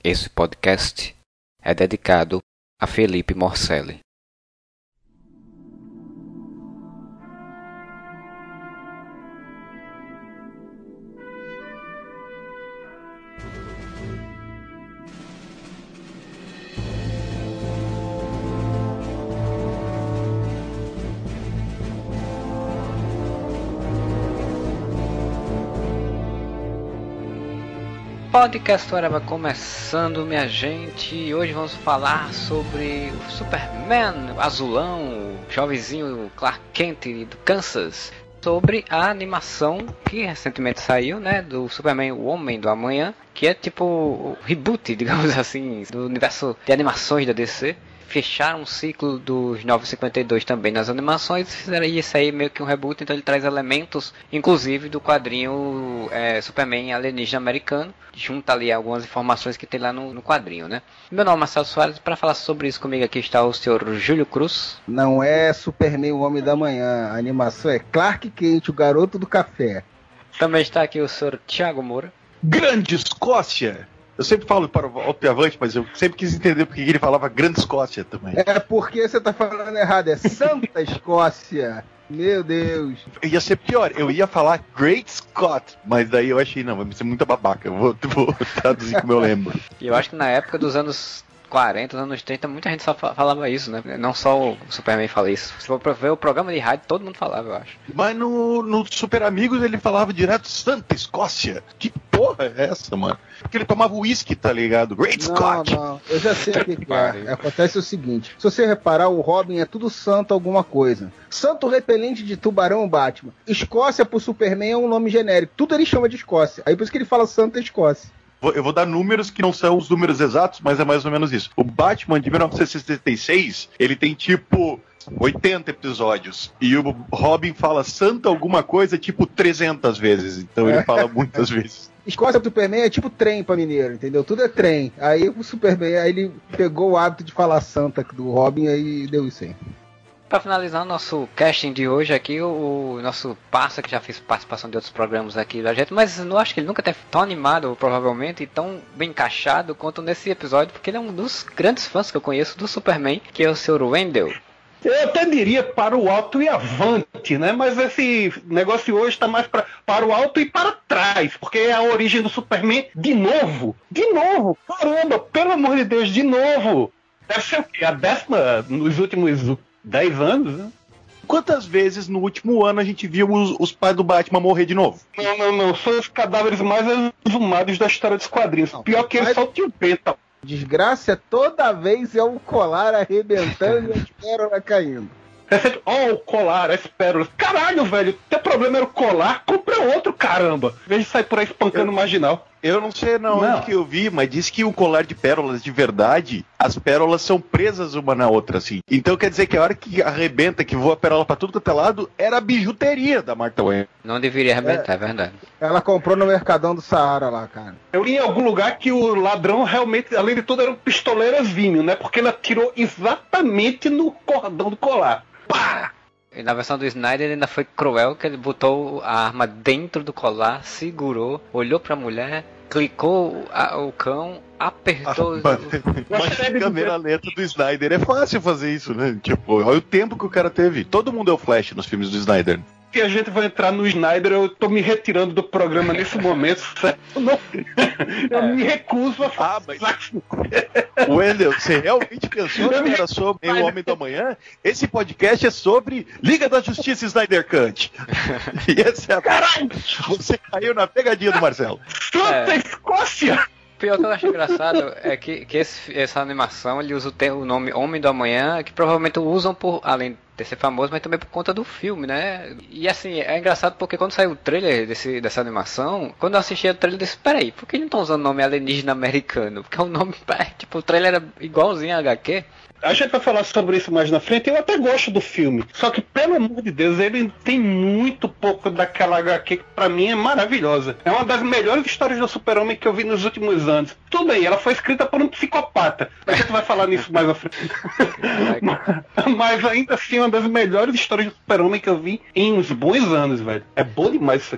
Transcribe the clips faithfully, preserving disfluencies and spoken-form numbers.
Esse podcast é dedicado a Felipe Morcelli. Podcast Whatever começando, minha gente, e hoje vamos falar sobre o Superman, o azulão, o jovenzinho Clark Kent do Kansas, sobre a animação que recentemente saiu, né, do Superman, o Homem do Amanhã, que é tipo o reboot, digamos assim, do universo de animações da D C. Fecharam um ciclo dos novecentos e cinquenta e dois também nas animações, fizeram isso aí meio que um reboot, então ele traz elementos, inclusive do quadrinho é, Superman Alienígena Americano, junta ali algumas informações que tem lá no, no quadrinho, né? Meu nome é Marcelo Soares, para falar sobre isso comigo aqui está o senhor Júlio Cruz. Não é Superman, o Homem da Manhã, a animação é Clark Kent, o Garoto do Café. Também está aqui o senhor Thiago Moura. Grande Escócia! Eu sempre falo para o Alpiavante, mas eu sempre quis entender porque ele falava Grande Escócia também. É porque você tá falando errado, é Santa Escócia. Meu Deus. Ia ser pior, eu ia falar Great Scott, mas daí eu achei, não, vai ser muita babaca, eu vou, vou traduzir como eu lembro. E eu acho que na época dos anos quarenta, dos anos trinta, muita gente só falava isso, né? Não só o Superman fala isso. Se for ver o programa de rádio, todo mundo falava, eu acho. Mas no, no Super Amigos ele falava direto Santa Escócia. Que porra é essa, mano? Porque ele tomava uísque, tá ligado? Great não, Scott. Não, eu já sei o que, que é. Acontece o seguinte: se você reparar, o Robin é tudo santo alguma coisa. Santo repelente de tubarão, Batman. Escócia pro Superman é um nome genérico. Tudo ele chama de Escócia. Aí por isso que ele fala Santa Escócia. Eu vou dar números que não são os números exatos, mas é mais ou menos isso. O Batman de mil novecentos e sessenta e seis, ele tem tipo oitenta episódios. E o Robin fala Santa alguma coisa tipo trezentas vezes. Então ele fala muitas vezes. Escócia pro Superman é tipo trem pra mineiro, entendeu? Tudo é trem. Aí o Superman, aí ele pegou o hábito de falar Santa do Robin e deu isso aí. Para finalizar o nosso casting de hoje aqui, o, o nosso Passa, que já fez participação de outros programas aqui da gente, mas não acho que ele nunca teve tão animado, provavelmente, e tão bem encaixado quanto nesse episódio, porque ele é um dos grandes fãs que eu conheço do Superman, que é o senhor Wendell. Eu até diria para o alto e avante, né? Mas esse negócio hoje está mais pra, para o alto e para trás, porque é a origem do Superman de novo. De novo! Caramba, pelo amor de Deus, de novo! Deve ser o quê? A décima nos últimos dez anos, né? Quantas vezes no último ano a gente viu os, os pais do Batman morrer de novo? Não, não, não. São os cadáveres mais exumados da história dos quadrinhos. Não, pior que eles só tinham penta. Desgraça é toda vez é o colar arrebentando e a pérola caindo. Ó, oh, o colar, as pérolas. Caralho, velho, teu problema era o colar, compra outro, caramba. Em vez de sair por aí espancando o marginal. Eu não sei não, não. onde que eu vi, mas disse que o colar de pérolas de verdade, as pérolas são presas uma na outra, assim. Então quer dizer que a hora que arrebenta, que voa a pérola pra tudo quanto é lado, era a bijuteria da Martha Wayne. Não deveria arrebentar, é, é verdade. Ela comprou no Mercadão do Saara lá, cara. Eu li em algum lugar que o ladrão realmente, além de tudo, era um pistoleiro exímio, né? Porque ele atirou exatamente no cordão do colar. Pá! E na versão do Snyder ele ainda foi cruel, que ele botou a arma dentro do colar, segurou, olhou pra mulher, clicou a, o cão, apertou... Ah, mas a câmera lenta do Snyder é fácil fazer isso, né? Tipo, olha o tempo que o cara teve. Todo mundo é o Flash nos filmes do Snyder. Que a gente vai entrar no Snyder, eu tô me retirando do programa nesse momento, certo? Não, eu é. me recuso a falar. Ah, mas... Wendell, você realmente pensou que era sobre o Homem do Amanhã? Esse podcast é sobre Liga da Justiça e Snyder Cut. E essa é a... Caralho! Você caiu na pegadinha do Marcelo. Santa é. Escócia! O pior que eu acho engraçado é que, que esse, essa animação ele usa o, termo, o nome Homem do Amanhã, que provavelmente usam por, além de ser famoso, mas também por conta do filme, né? E assim, é engraçado porque quando saiu o trailer desse, dessa animação, quando eu assisti o trailer eu disse, peraí, por que não estão usando o nome Alienígena Americano? Porque o nome, tipo, o trailer era igualzinho a H Q. A gente vai falar sobre isso mais na frente. Eu até gosto do filme. Só que, pelo amor de Deus, ele tem muito pouco daquela H Q que pra mim é maravilhosa. É uma das melhores histórias do Super-Homem que eu vi nos últimos anos. Tudo bem, ela foi escrita por um psicopata. A gente vai falar nisso mais à frente. Mas ainda assim, é uma das melhores histórias do Super-Homem que eu vi em uns bons anos, velho. É bom demais isso aqui.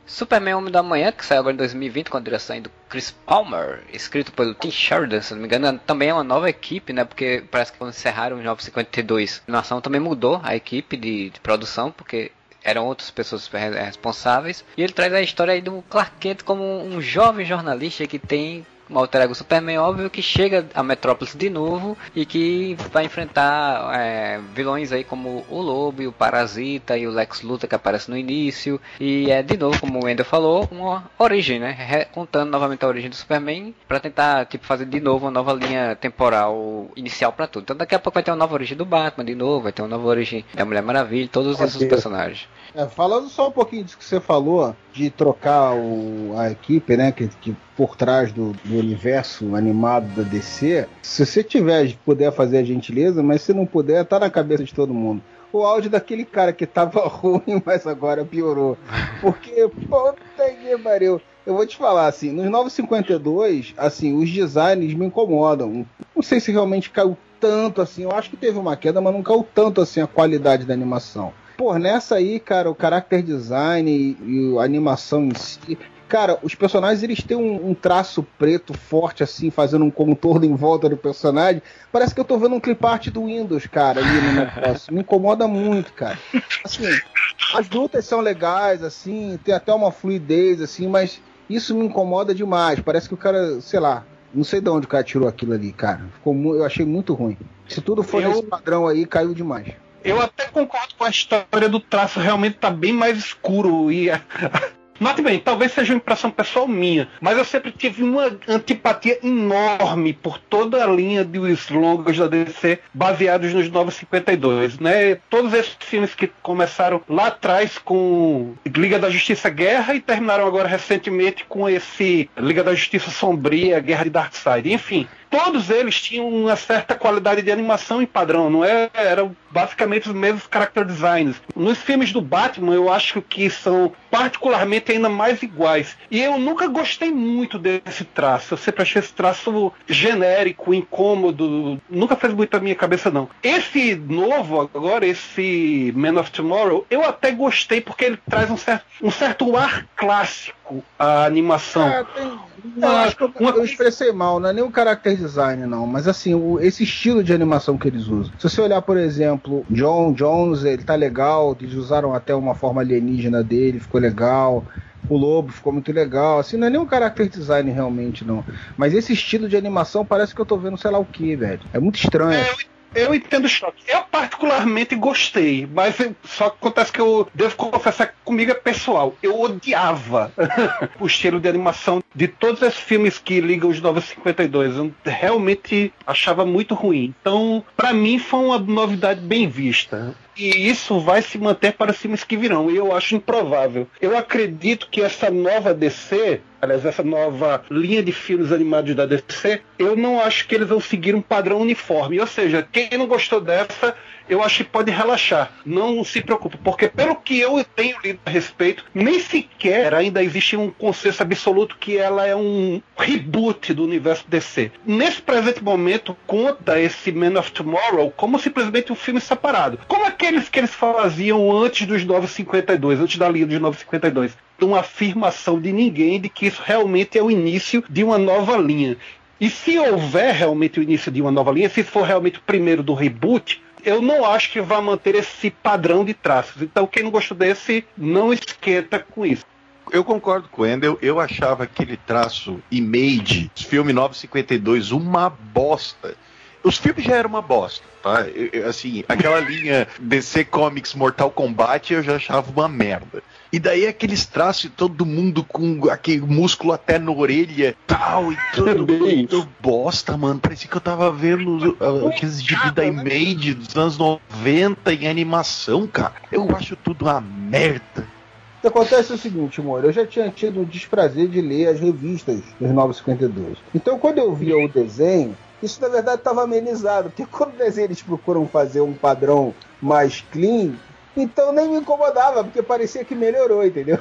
Superman Homem da Manhã, que saiu agora em dois mil e vinte com a direção do Chris Palmer, escrito pelo Tim Sheridan, se não me engano, também é uma nova equipe, né? Porque parece que quando encerraram os novos cinquenta e dois, a animação também mudou a equipe de, de produção, porque eram outras pessoas responsáveis. E ele traz a história aí do Clark Kent como um jovem jornalista que tem um alter ego Superman, óbvio, que chega a Metrópolis de novo e que vai enfrentar é, vilões aí como o Lobo e o Parasita e o Lex Luthor que aparece no início. E é de novo, como o Wendel falou, uma origem, né? Re contando novamente a origem do Superman para tentar tipo, fazer de novo uma nova linha temporal inicial para tudo. Então daqui a pouco vai ter uma nova origem do Batman de novo, vai ter uma nova origem da Mulher Maravilha, todos esses personagens. É, falando só um pouquinho disso que você falou, de trocar o, a equipe, né, que, que por trás do, do universo animado da D C, se você tiver, puder fazer a gentileza, mas se não puder, tá na cabeça de todo mundo. O áudio daquele cara que tava ruim, mas agora piorou. Porque, puta que pariu. Eu vou te falar, assim, nos novecentos e cinquenta e dois, assim, os designs me incomodam. Não sei se realmente caiu tanto, assim, eu acho que teve uma queda, mas não caiu tanto, assim, a qualidade da animação. Pô, nessa aí, cara, o character design e, e a animação em si... Cara, os personagens, eles têm um, um traço preto forte, assim, fazendo um contorno em volta do personagem. Parece que eu tô vendo um clip art do Windows, cara, ali no negócio. Me incomoda muito, cara. Assim, as lutas são legais, assim, tem até uma fluidez, assim, mas isso me incomoda demais. Parece que o cara, sei lá, não sei de onde o cara tirou aquilo ali, cara. Ficou, eu achei muito ruim. Se tudo for eu... nesse padrão aí, caiu demais. Eu até concordo com a história do traço, realmente tá bem mais escuro e... Note bem, talvez seja uma impressão pessoal minha, mas eu sempre tive uma antipatia enorme por toda a linha dos longas da D C baseados nos novecentos e cinquenta e dois, né? Todos esses filmes que começaram lá atrás com Liga da Justiça Guerra e terminaram agora recentemente com esse Liga da Justiça Sombria, Guerra de Darkseid, enfim. Todos eles tinham uma certa qualidade de animação e padrão, não é? Eram basicamente os mesmos character designs. Nos filmes do Batman, eu acho que são particularmente ainda mais iguais. E eu nunca gostei muito desse traço. Eu sempre achei esse traço genérico, incômodo. Nunca fez muito a minha cabeça, não. Esse novo agora, esse Man of Tomorrow, eu até gostei porque ele traz um certo, um certo ar clássico à animação. É, tem... Eu acho que eu, eu expressei mal, não é nem o character design, não, mas assim, o, esse estilo de animação que eles usam. Se você olhar, por exemplo, John Jones, ele tá legal, eles usaram até uma forma alienígena dele, ficou legal. O Lobo ficou muito legal, assim, não é nem um character design realmente, não. Mas esse estilo de animação parece que eu tô vendo sei lá o que, velho. É muito estranho. É, eu... Eu entendo o choque. Eu particularmente gostei, mas eu, só que acontece que eu devo confessar que comigo é pessoal. Eu odiava o estilo de animação de todos esses filmes que ligam os novecentos e cinquenta e dois. Eu realmente achava muito ruim. Então, pra mim, foi uma novidade bem vista. E isso vai se manter para os filmes que virão. E eu acho improvável. Eu acredito que essa nova D C, aliás, essa nova linha de filmes animados da D C, eu não acho que eles vão seguir um padrão uniforme. Ou seja, quem não gostou dessa, eu acho que pode relaxar. Não se preocupe, porque pelo que eu tenho lido a respeito, nem sequer ainda existe um consenso absoluto que ela é um reboot do universo D C. Nesse presente momento, conta esse Man of Tomorrow como simplesmente um filme separado. Como aqueles que eles faziam antes dos novecentos e cinquenta e dois, antes da linha dos novecentos e cinquenta e dois. Uma afirmação de ninguém de que isso realmente é o início de uma nova linha. E se houver realmente o início de uma nova linha, se for realmente o primeiro do reboot, eu não acho que vai manter esse padrão de traços. Então quem não gostou desse, não esquenta com isso. Eu concordo com o Wendel, eu achava aquele traço Image, filme novecentos e cinquenta e dois, uma bosta. Os filmes já eram uma bosta, tá? Eu, eu, assim, aquela linha D C Comics Mortal Kombat eu já achava uma merda. E daí aqueles traços, todo mundo com aquele músculo até na orelha tal, e tudo muito bosta, mano. Parecia que eu tava vendo uh, aqueles gibi da Image dos anos noventa em animação, cara. Eu acho tudo uma merda. O que acontece é o seguinte, amor, eu já tinha tido o desprazer de ler as revistas dos novecentos e cinquenta e dois. Então quando eu via o desenho, isso na verdade estava amenizado, porque quando o desenho eles procuram fazer um padrão mais clean, então nem me incomodava, porque parecia que melhorou, entendeu?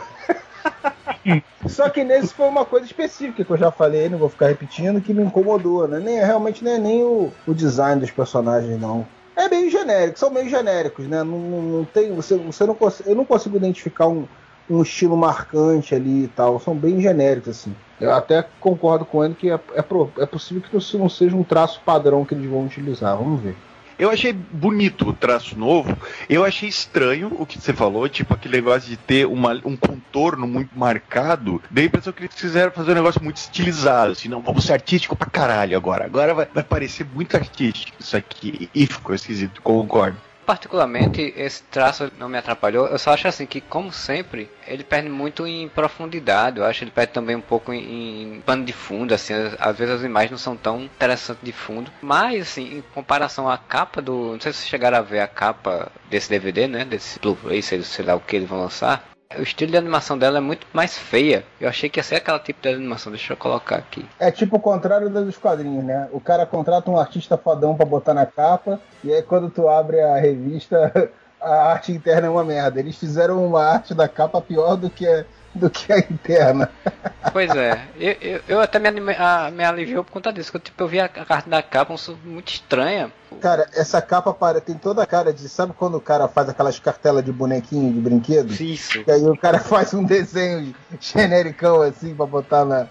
Só que nesse foi uma coisa específica que eu já falei, não vou ficar repetindo, que me incomodou, né? Nem, realmente não é nem o, o design dos personagens, não. É meio genérico, são meio genéricos, né? Não, não, não tem, você, você não, eu não consigo identificar um, um estilo marcante ali e tal. São bem genéricos, assim. Eu até concordo com ele que é, é, pro, é possível que isso não seja um traço padrão que eles vão utilizar. Vamos ver. Eu achei bonito o traço novo. Eu achei estranho o que você falou, tipo aquele negócio de ter uma, um contorno muito marcado. Dei a impressão que eles quiseram fazer um negócio muito estilizado, assim, não, vamos ser artístico pra caralho agora. Agora vai, vai parecer muito artístico isso aqui. E ficou esquisito, concordo. Particularmente, esse traço não me atrapalhou. Eu só acho assim que, como sempre, ele perde muito em profundidade. Eu acho que ele perde também um pouco em, em pano de fundo, assim. Às vezes as imagens não são tão interessantes de fundo. Mas, assim, em comparação à capa do... Não sei se vocês chegaram a ver a capa desse D V D, né? Desse Blu-ray, sei, sei lá o que eles vão lançar. O estilo de animação dela é muito mais feia. Eu achei que ia ser aquela tipo de animação. Deixa eu colocar aqui. É tipo o contrário dos quadrinhos, né? O cara contrata um artista fodão pra botar na capa, e aí quando tu abre a revista, a arte interna é uma merda. Eles fizeram uma arte da capa pior do que a, do que a interna. Pois é. Eu, eu, eu até me, anime, a, me aliviou por conta disso. Que eu, tipo, eu vi a, a carta da capa muito estranha. Cara, essa capa para, tem toda a cara de... Sabe quando o cara faz aquelas cartelas de bonequinho, de brinquedo? Isso. E aí o cara faz um desenho genericão assim pra botar na...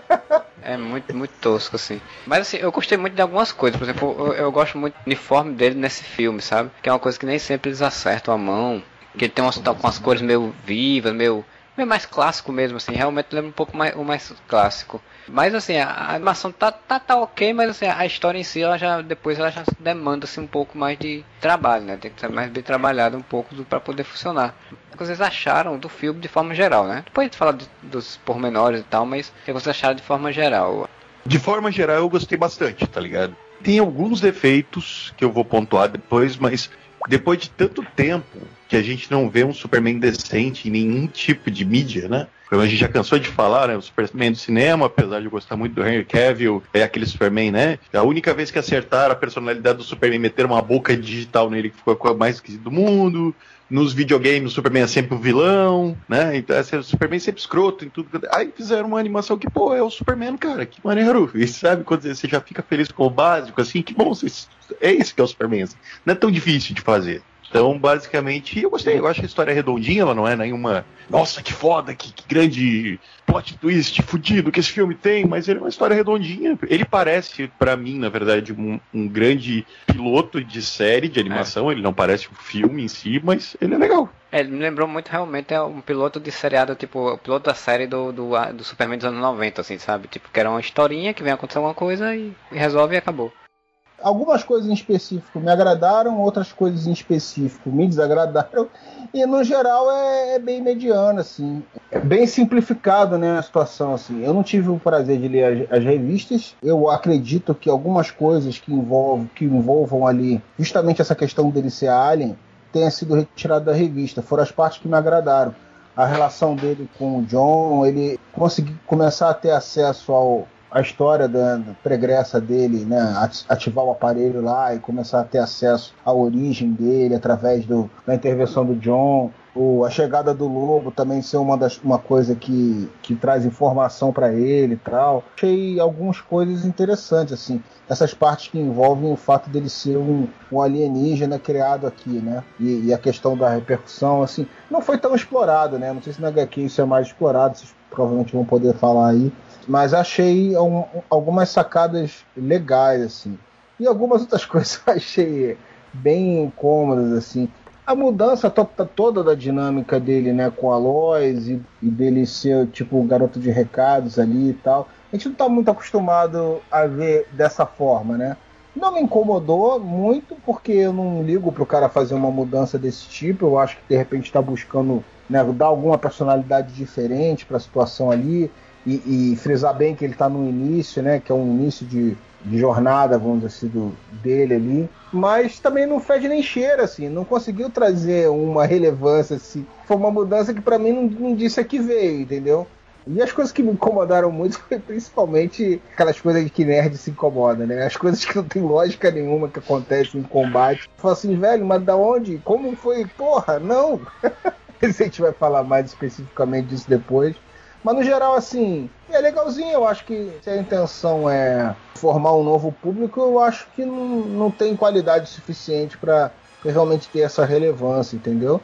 É muito, muito tosco, assim. Mas assim, eu gostei muito de algumas coisas. Por exemplo, eu, eu gosto muito do uniforme dele nesse filme, sabe? Que é uma coisa que nem sempre eles acertam a mão. Que ele tem umas, tá com as cores meio vivas, meio... meio mais clássico mesmo, assim, realmente lembra um pouco mais o mais clássico. Mas assim, a, a animação tá, tá, tá ok, mas assim, a história em si, ela já, depois ela já demanda assim, um pouco mais de trabalho, né? Tem que ser mais bem trabalhado um pouco para poder funcionar. O que vocês acharam do filme de forma geral, né? Depois a gente fala de, dos pormenores e tal, mas o que vocês acharam de forma geral? De forma geral, eu gostei bastante, tá ligado? Tem alguns defeitos que eu vou pontuar depois, mas depois de tanto tempo que a gente não vê um Superman decente em nenhum tipo de mídia, né? Como a gente já cansou de falar, né? O Superman do cinema, apesar de eu gostar muito do Henry Cavill, é aquele Superman, né? A única vez que acertaram a personalidade do Superman, meteram uma boca digital nele que ficou a coisa mais esquisita do mundo. Nos videogames, o Superman é sempre o vilão, né? Então, assim, o Superman é sempre escroto em tudo. Aí fizeram uma animação que, pô, é o Superman, cara, que maneiro. E sabe, quando você já fica feliz com o básico, assim, que bom, é esse que é o Superman. Assim. Não é tão difícil de fazer. Então, basicamente, eu gostei. Eu acho que a história é redondinha, ela não é nenhuma... Nossa, que foda, que, que grande plot twist fudido que esse filme tem, mas ele é uma história redondinha. Ele parece, pra mim, na verdade, um, um grande piloto de série de animação. É. Ele não parece um filme em si, mas ele é legal. É, ele me lembrou muito, realmente, é um piloto de seriado, tipo, o piloto da série do, do, do Superman dos anos noventa, assim, sabe? Tipo, que era uma historinha que vem acontecer alguma coisa e, e resolve e acabou. Algumas coisas em específico me agradaram, outras coisas em específico me desagradaram, e no geral é, é bem mediano, assim. É bem simplificado, né, a situação, assim. Eu não tive o prazer de ler as, as revistas, eu acredito que algumas coisas que envolvam, que envolvam ali justamente essa questão dele ser alien tenha sido retirado da revista, foram as partes que me agradaram. A relação dele com o John, ele conseguir começar a ter acesso ao... a história da, da pregressa dele, né, ativar o aparelho lá e começar a ter acesso à origem dele através do, da intervenção do John, o, a chegada do Lobo também ser uma, das, uma coisa que, que traz informação para ele e tal. Achei algumas coisas interessantes, assim, essas partes que envolvem o fato dele ser um, um alienígena criado aqui, né, e, e a questão da repercussão, assim, não foi tão explorado, né, não sei se na agá quê isso é mais explorado, vocês provavelmente vão poder falar aí. Mas achei um, algumas sacadas legais, assim. E algumas outras coisas eu achei bem incômodas, assim. A mudança to- toda da dinâmica dele, né, com a Lois e, e dele ser, tipo, o garoto de recados ali e tal. A gente não tá muito acostumado a ver dessa forma, né? Não me incomodou muito, porque eu não ligo pro cara fazer uma mudança desse tipo. Eu acho que, de repente, tá buscando, né, dar alguma personalidade diferente pra situação ali. E, e frisar bem que ele está no início, né? Que é um início de, de jornada, vamos dizer assim, do, dele ali. Mas também não fede nem cheira, assim. Não conseguiu trazer uma relevância, assim. Foi uma mudança que para mim não, não disse a que veio, entendeu? E as coisas que me incomodaram muito foi principalmente aquelas coisas de que nerd se incomoda, né? As coisas que não tem lógica nenhuma que acontecem em combate. Fala assim, velho, mas da onde? Como foi? Porra, não! A gente vai falar mais especificamente disso depois. Mas no geral, assim, é legalzinho. Eu acho que se a intenção é formar um novo público, eu acho que não, não tem qualidade suficiente para realmente ter essa relevância, entendeu?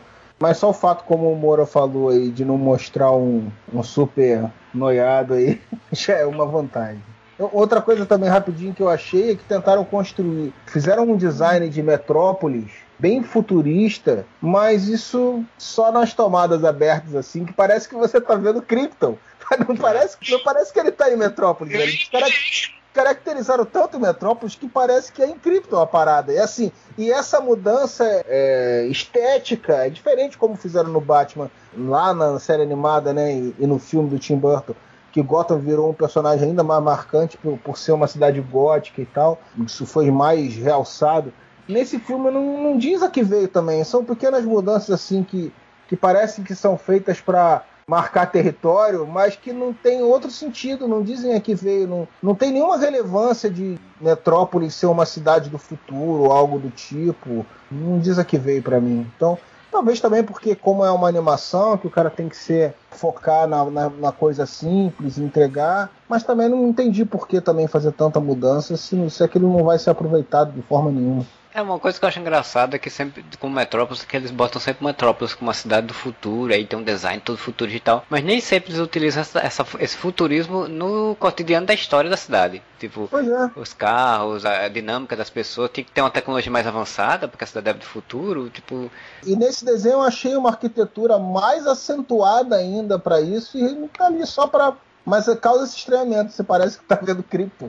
Mas só o fato, como o Moura falou aí, de não mostrar um, um super noiado aí, já é uma vantagem. Outra coisa também rapidinho que eu achei é que tentaram construir, fizeram um design de Metrópolis bem futurista, mas isso só nas tomadas abertas assim, que parece que você tá vendo Krypton. Não parece, não parece que ele tá em Metrópolis. Eles caracterizaram tanto em Metrópolis que parece que é em Krypton a parada. E assim, e essa mudança é, estética é diferente como fizeram no Batman lá na série animada, né, e, e no filme do Tim Burton, que Gotham virou um personagem ainda mais marcante por, por ser uma cidade gótica e tal. Isso foi mais realçado. Nesse filme não, não diz a que veio também. São pequenas mudanças assim que, que parecem que são feitas para marcar território, mas que não tem outro sentido. Não dizem a que veio. Não, não tem nenhuma relevância de Metrópolis ser uma cidade do futuro, algo do tipo. Não diz a que veio para mim. Então... Talvez também porque, como é uma animação, que o cara tem que ser focar na, na, na coisa simples, entregar, mas também não entendi por que também fazer tanta mudança se, se aquilo não vai ser aproveitado de forma nenhuma. É uma coisa que eu acho engraçada é que sempre, com Metrópolis, que eles botam sempre Metrópolis como uma cidade do futuro, aí tem um design todo futurista e tal, mas nem sempre eles utilizam essa, essa, esse futurismo no cotidiano da história da cidade. Tipo, é. Os carros, a dinâmica das pessoas, tem que ter uma tecnologia mais avançada, porque a cidade é do futuro, tipo... E nesse desenho eu achei uma arquitetura mais acentuada ainda para isso, e não tá ali só para... Mas causa esse estranhamento, você parece que tá vendo Krypton.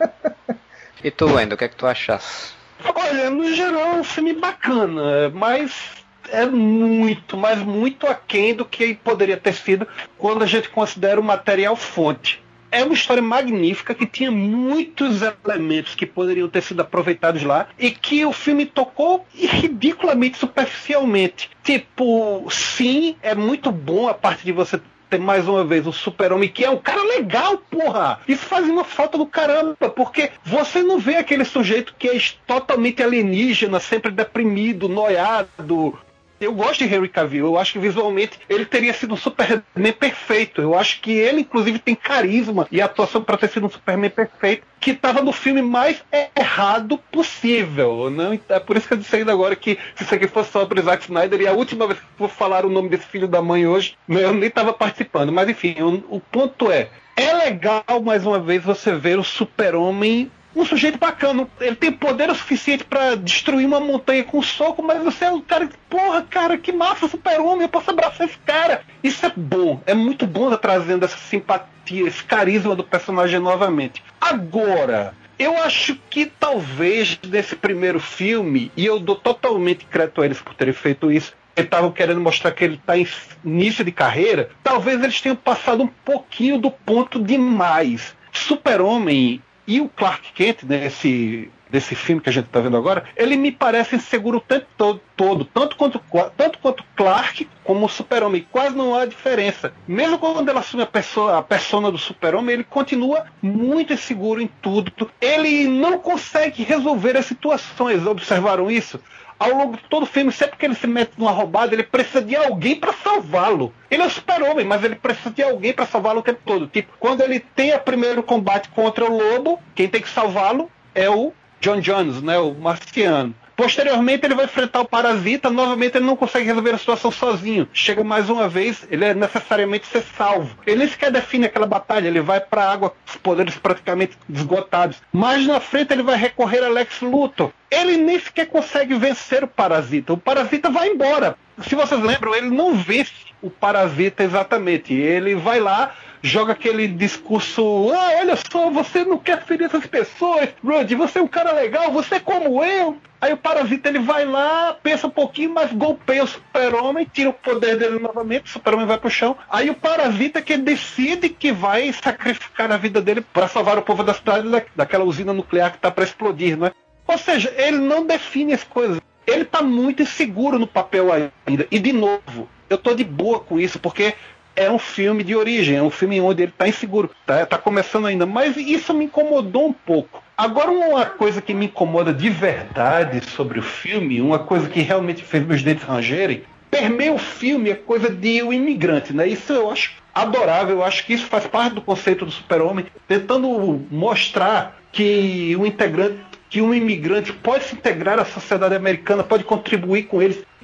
E tu, Wendel, o que é que tu achas? Olha, no geral é um filme bacana, mas é muito, mas muito aquém do que poderia ter sido quando a gente considera o material fonte. É uma história magnífica que tinha muitos elementos que poderiam ter sido aproveitados lá e que o filme tocou ridiculamente superficialmente. Tipo, sim, é muito bom a parte de você ter mais uma vez o Super-Homem, que é um cara legal, porra! Isso faz uma falta do caramba, porque você não vê aquele sujeito que é totalmente alienígena, sempre deprimido, noiado. Eu gosto de Henry Cavill, eu acho que visualmente ele teria sido um Superman perfeito. Eu acho que ele, inclusive, tem carisma e atuação para ter sido um Superman perfeito, que estava no filme mais errado possível. Não? É por isso que eu disse ainda agora que se isso aqui fosse sobre Zack Snyder, e a última vez que eu vou falar o nome desse filho da mãe hoje, eu nem estava participando. Mas enfim, o, o ponto é, é legal mais uma vez você ver o Super-Homem, um sujeito bacana, ele tem poder o suficiente pra destruir uma montanha com um soco, mas você é um cara que, porra, cara, que massa, Super-Homem, eu posso abraçar esse cara. Isso é bom, é muito bom tá trazendo essa simpatia, esse carisma do personagem novamente. Agora, eu acho que talvez nesse primeiro filme, e eu dou totalmente crédito a eles por terem feito isso, eles estavam querendo mostrar que ele está em início de carreira, talvez eles tenham passado um pouquinho do ponto demais. Super-Homem e o Clark Kent, nesse desse filme que a gente está vendo agora, ele me parece inseguro o tempo todo, todo tanto quanto tanto quanto Clark como o Super-Homem. Quase não há diferença. Mesmo quando ele assume a, pessoa, a persona do Super-Homem, ele continua muito inseguro em tudo. Ele não consegue resolver as situações. Observaram isso? Ao longo de todo o filme, sempre que ele se mete numa roubada, ele precisa de alguém para salvá-lo. Ele é o Super-Homem, mas ele precisa de alguém para salvá-lo o tempo todo. Tipo, quando ele tem o primeiro combate contra o Lobo, quem tem que salvá-lo é o John Jones, né, o marciano. Posteriormente ele vai enfrentar o Parasita, novamente ele não consegue resolver a situação sozinho. Chega mais uma vez, ele é necessariamente ser salvo. Ele nem sequer define aquela batalha, ele vai para a água com os poderes praticamente esgotados. Mais na frente ele vai recorrer a Lex Luthor. Ele nem sequer consegue vencer o Parasita. O Parasita vai embora. Se vocês lembram, ele não vence o Parasita exatamente. Ele vai lá, joga aquele discurso: ah, olha só, você não quer ferir essas pessoas, Rudy, você é um cara legal, você é como eu. Aí o Parasita ele vai lá, pensa um pouquinho, mas golpeia o Super-Homem, tira o poder dele novamente, o Super-Homem vai pro chão. Aí o Parasita que decide que vai sacrificar a vida dele para salvar o povo da cidade da, daquela usina nuclear que tá para explodir, não é? Ou seja, ele não define as coisas. Ele tá muito inseguro no papel ainda. E de novo, eu tô de boa com isso, porque é um filme de origem, é um filme onde ele tá inseguro, tá, tá começando ainda, mas isso me incomodou um pouco. Agora, uma coisa que me incomoda de verdade sobre o filme, uma coisa que realmente fez meus dentes rangerem, permeia o filme, é coisa de um imigrante, né? Isso eu acho adorável, eu acho que isso faz parte do conceito do Super-Homem, tentando mostrar que um integrante, que um imigrante pode se integrar à sociedade americana, pode contribuir com eles.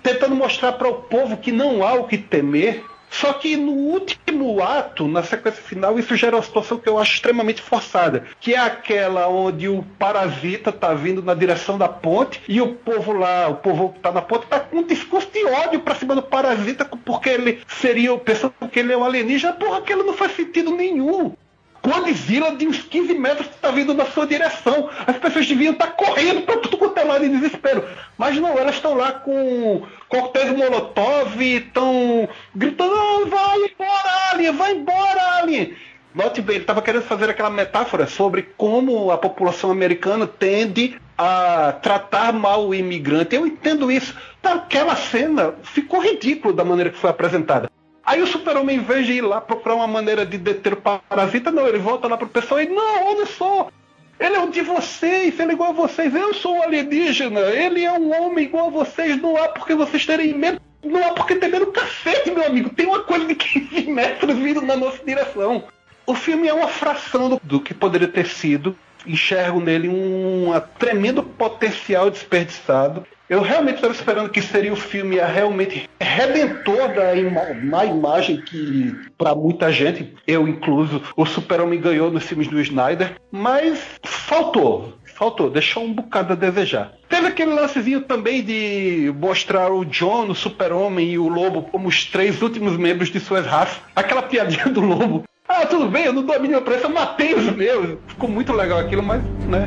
tentando mostrar para o povo que não há o que temer. Só que no último ato, na sequência final, isso gera uma situação que eu acho extremamente forçada, que é aquela onde o parasita tá vindo na direção da ponte e o povo lá, o povo que tá na ponte, tá com um discurso de ódio pra cima do parasita porque ele seria, pensando que ele é um alienígena. Porra, aquilo não faz sentido nenhum. Godzilla de uns quinze metros que tá vindo na sua direção. As pessoas deviam estar correndo para tudo quanto é lado em desespero. Mas não, elas estão lá com coquetéis Molotov e estão gritando: oh, vai embora, Alien, vai embora, Alien. Note bem, ele estava querendo fazer aquela metáfora sobre como a população americana tende a tratar mal o imigrante. Eu entendo isso. Aquela cena ficou ridícula da maneira que foi apresentada. Aí o Super-Homem, em vez de ir lá procurar uma maneira de deter o parasita, não, ele volta lá pro pessoal e, não, olha só, ele é um de vocês, ele é igual a vocês, eu sou um alienígena, ele é um homem igual a vocês, não há porque vocês terem medo, não há porque ter medo, cacete, meu amigo, tem uma coisa de quinze metros vindo na nossa direção. O filme é uma fração do, do que poderia ter sido, enxergo nele um, um tremendo potencial desperdiçado. Eu realmente estava esperando que seria o filme realmente redentor da ima- má imagem que, para muita gente, eu incluso, o Super-Homem ganhou nos filmes do Snyder, mas faltou, faltou, deixou um bocado a desejar. Teve aquele lancezinho também de mostrar o John, o Super-Homem e o Lobo como os três últimos membros de suas raças, aquela piadinha do Lobo. Ah, tudo bem, eu não dou a mínima pressa, eu matei os meus. Ficou muito legal aquilo, mas, né...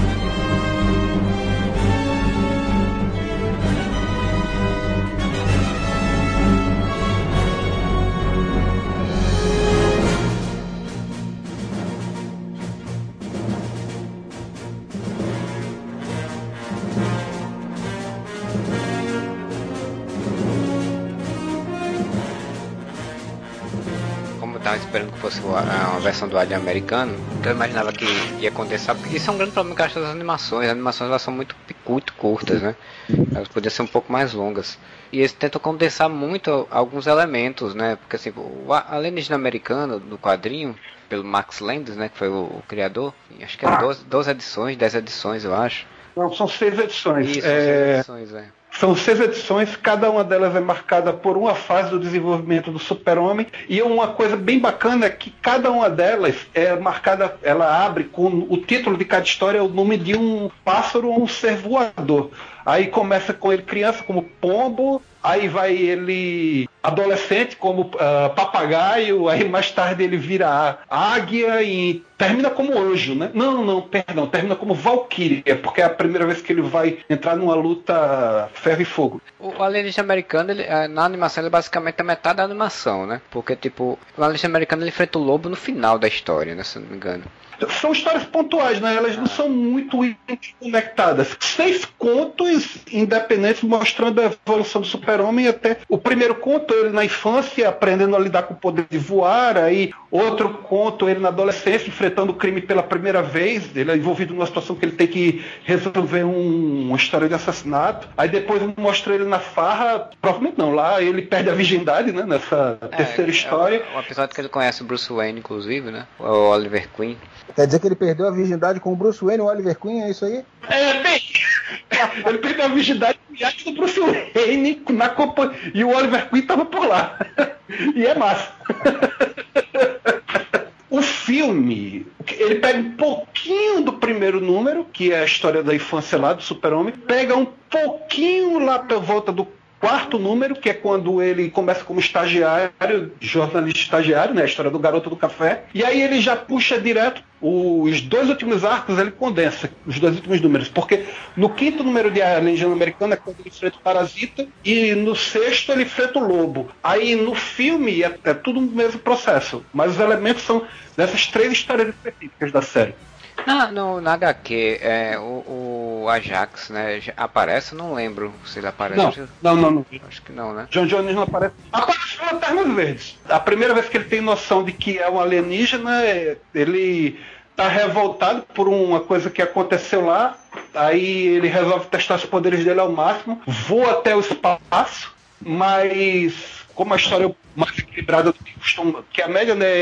Estava esperando que fosse uma versão do Alien americano, que eu imaginava que ia acontecer, porque isso é um grande problema que eu acho das animações. As animações elas são muito, muito curtas, né? Elas poderiam ser um pouco mais longas. E eles tentam condensar muito alguns elementos, né? Porque assim, o alienígena americano do quadrinho, pelo Max Landis, né? Que foi o, o criador, acho que é doze, doze edições, dez edições, eu acho. Não, são seis edições. Isso, é... seis edições, é. São seis edições, cada uma delas é marcada por uma fase do desenvolvimento do Super-Homem, e uma coisa bem bacana é que cada uma delas é marcada, ela abre com o título de cada história, é o nome de um pássaro ou um ser voador. Aí começa com ele criança como pombo, aí vai ele adolescente como uh, papagaio, aí mais tarde ele vira águia e termina como anjo, né? Não, não, perdão, termina como valquíria, porque é a primeira vez que ele vai entrar numa luta ferro e fogo. O alienígena americano, ele, na animação, ele basicamente é metade da animação, né? Porque, tipo, o alienígena americano ele enfrenta o lobo no final da história, né? Se não me engano. São histórias pontuais, né? Elas não são muito conectadas. Seis contos independentes mostrando a evolução do Super-Homem até o primeiro conto, ele na infância aprendendo a lidar com o poder de voar, aí outro conto, ele na adolescência enfrentando o crime pela primeira vez, ele é envolvido numa situação que ele tem que resolver um, uma história de assassinato, aí depois mostra ele na farra, provavelmente não, lá ele perde a virgindade, né? Nessa é, terceira história. É um episódio que ele conhece o Bruce Wayne, inclusive, né? O Oliver Queen. Quer dizer que ele perdeu a virgindade com o Bruce Wayne e o Oliver Queen, é isso aí? É, bem, ele perdeu a virgindade com o iate do Bruce Wayne na compa... e o Oliver Queen estava por lá. E é massa. O filme, ele pega um pouquinho do primeiro número, que é a história da infância lá do Super-Homem, pega um pouquinho lá por volta do quarto número, que é quando ele começa como estagiário, jornalista estagiário, né, a história do garoto do café, e aí ele já puxa direto os dois últimos arcos, ele condensa os dois últimos números, porque no quinto número de Alienígena Americano é quando ele enfrenta o Parasita, e no sexto ele enfrenta o Lobo. Aí no filme é, é tudo o mesmo processo, mas os elementos são dessas três histórias específicas da série. Ah, no, na H Q, é, o, o Ajax, né, aparece, não lembro se ele aparece. Não, não, não, não. Acho que não, né? John Jones não aparece. Apareceu no Lanternas Verdes. A primeira vez que ele tem noção de que é um alienígena, ele tá revoltado por uma coisa que aconteceu lá, aí ele resolve testar os poderes dele ao máximo, voa até o espaço, mas como a história é mais equilibrada do que costuma, que a média, né, ele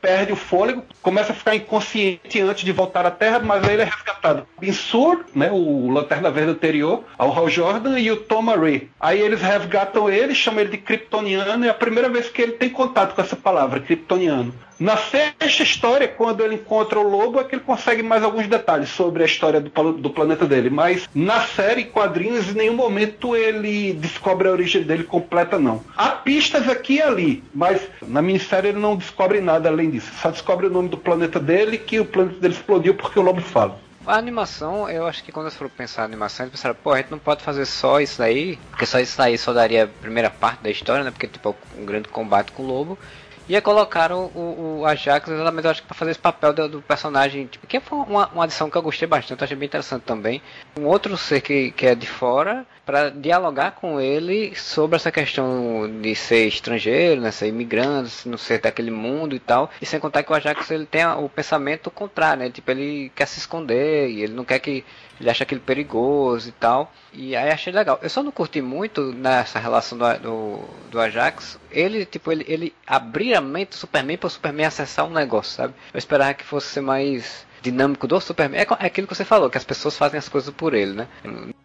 perde o fôlego, começa a ficar inconsciente antes de voltar à Terra, mas aí ele é resgatado. Insur, né, o Lanterna Verde anterior, ao Hal Jordan e o Tom Ray. Aí eles resgatam ele, chamam ele de Kryptoniano, e é a primeira vez que ele tem contato com essa palavra, Kryptoniano. Na sexta história, quando ele encontra o Lobo, é que ele consegue mais alguns detalhes sobre a história do, do planeta dele. Mas na série, quadrinhos, em nenhum momento ele descobre a origem dele completa, não. Há pistas aqui e ali, mas na minissérie ele não descobre nada além disso. Só descobre o nome do planeta dele, que o planeta dele explodiu porque o Lobo fala. A animação, eu acho que quando eles foram pensar na animação, eles pensaram, pô, a gente não pode fazer só isso daí, porque só isso daí só daria a primeira parte da história, né? Porque tipo, um grande combate com o Lobo. E aí colocaram o, o Ajax exatamente, eu acho que para fazer esse papel do, do personagem, tipo, que foi uma, uma adição que eu gostei bastante, eu achei bem interessante também. Um outro ser que, que é de fora, para dialogar com ele sobre essa questão de ser estrangeiro, né, ser imigrante, não ser daquele mundo e tal. E sem contar que o Ajax ele tem o pensamento contrário, né? Tipo, ele quer se esconder e ele não quer que... Ele acha aquele perigoso e tal. E aí achei legal. Eu só não curti muito nessa relação do, do, do Ajax. Ele, tipo, ele, ele abrir a mente do Superman para o Superman acessar um negócio, sabe? Eu esperava que fosse ser mais dinâmico do Superman. É, é aquilo que você falou, que as pessoas fazem as coisas por ele, né?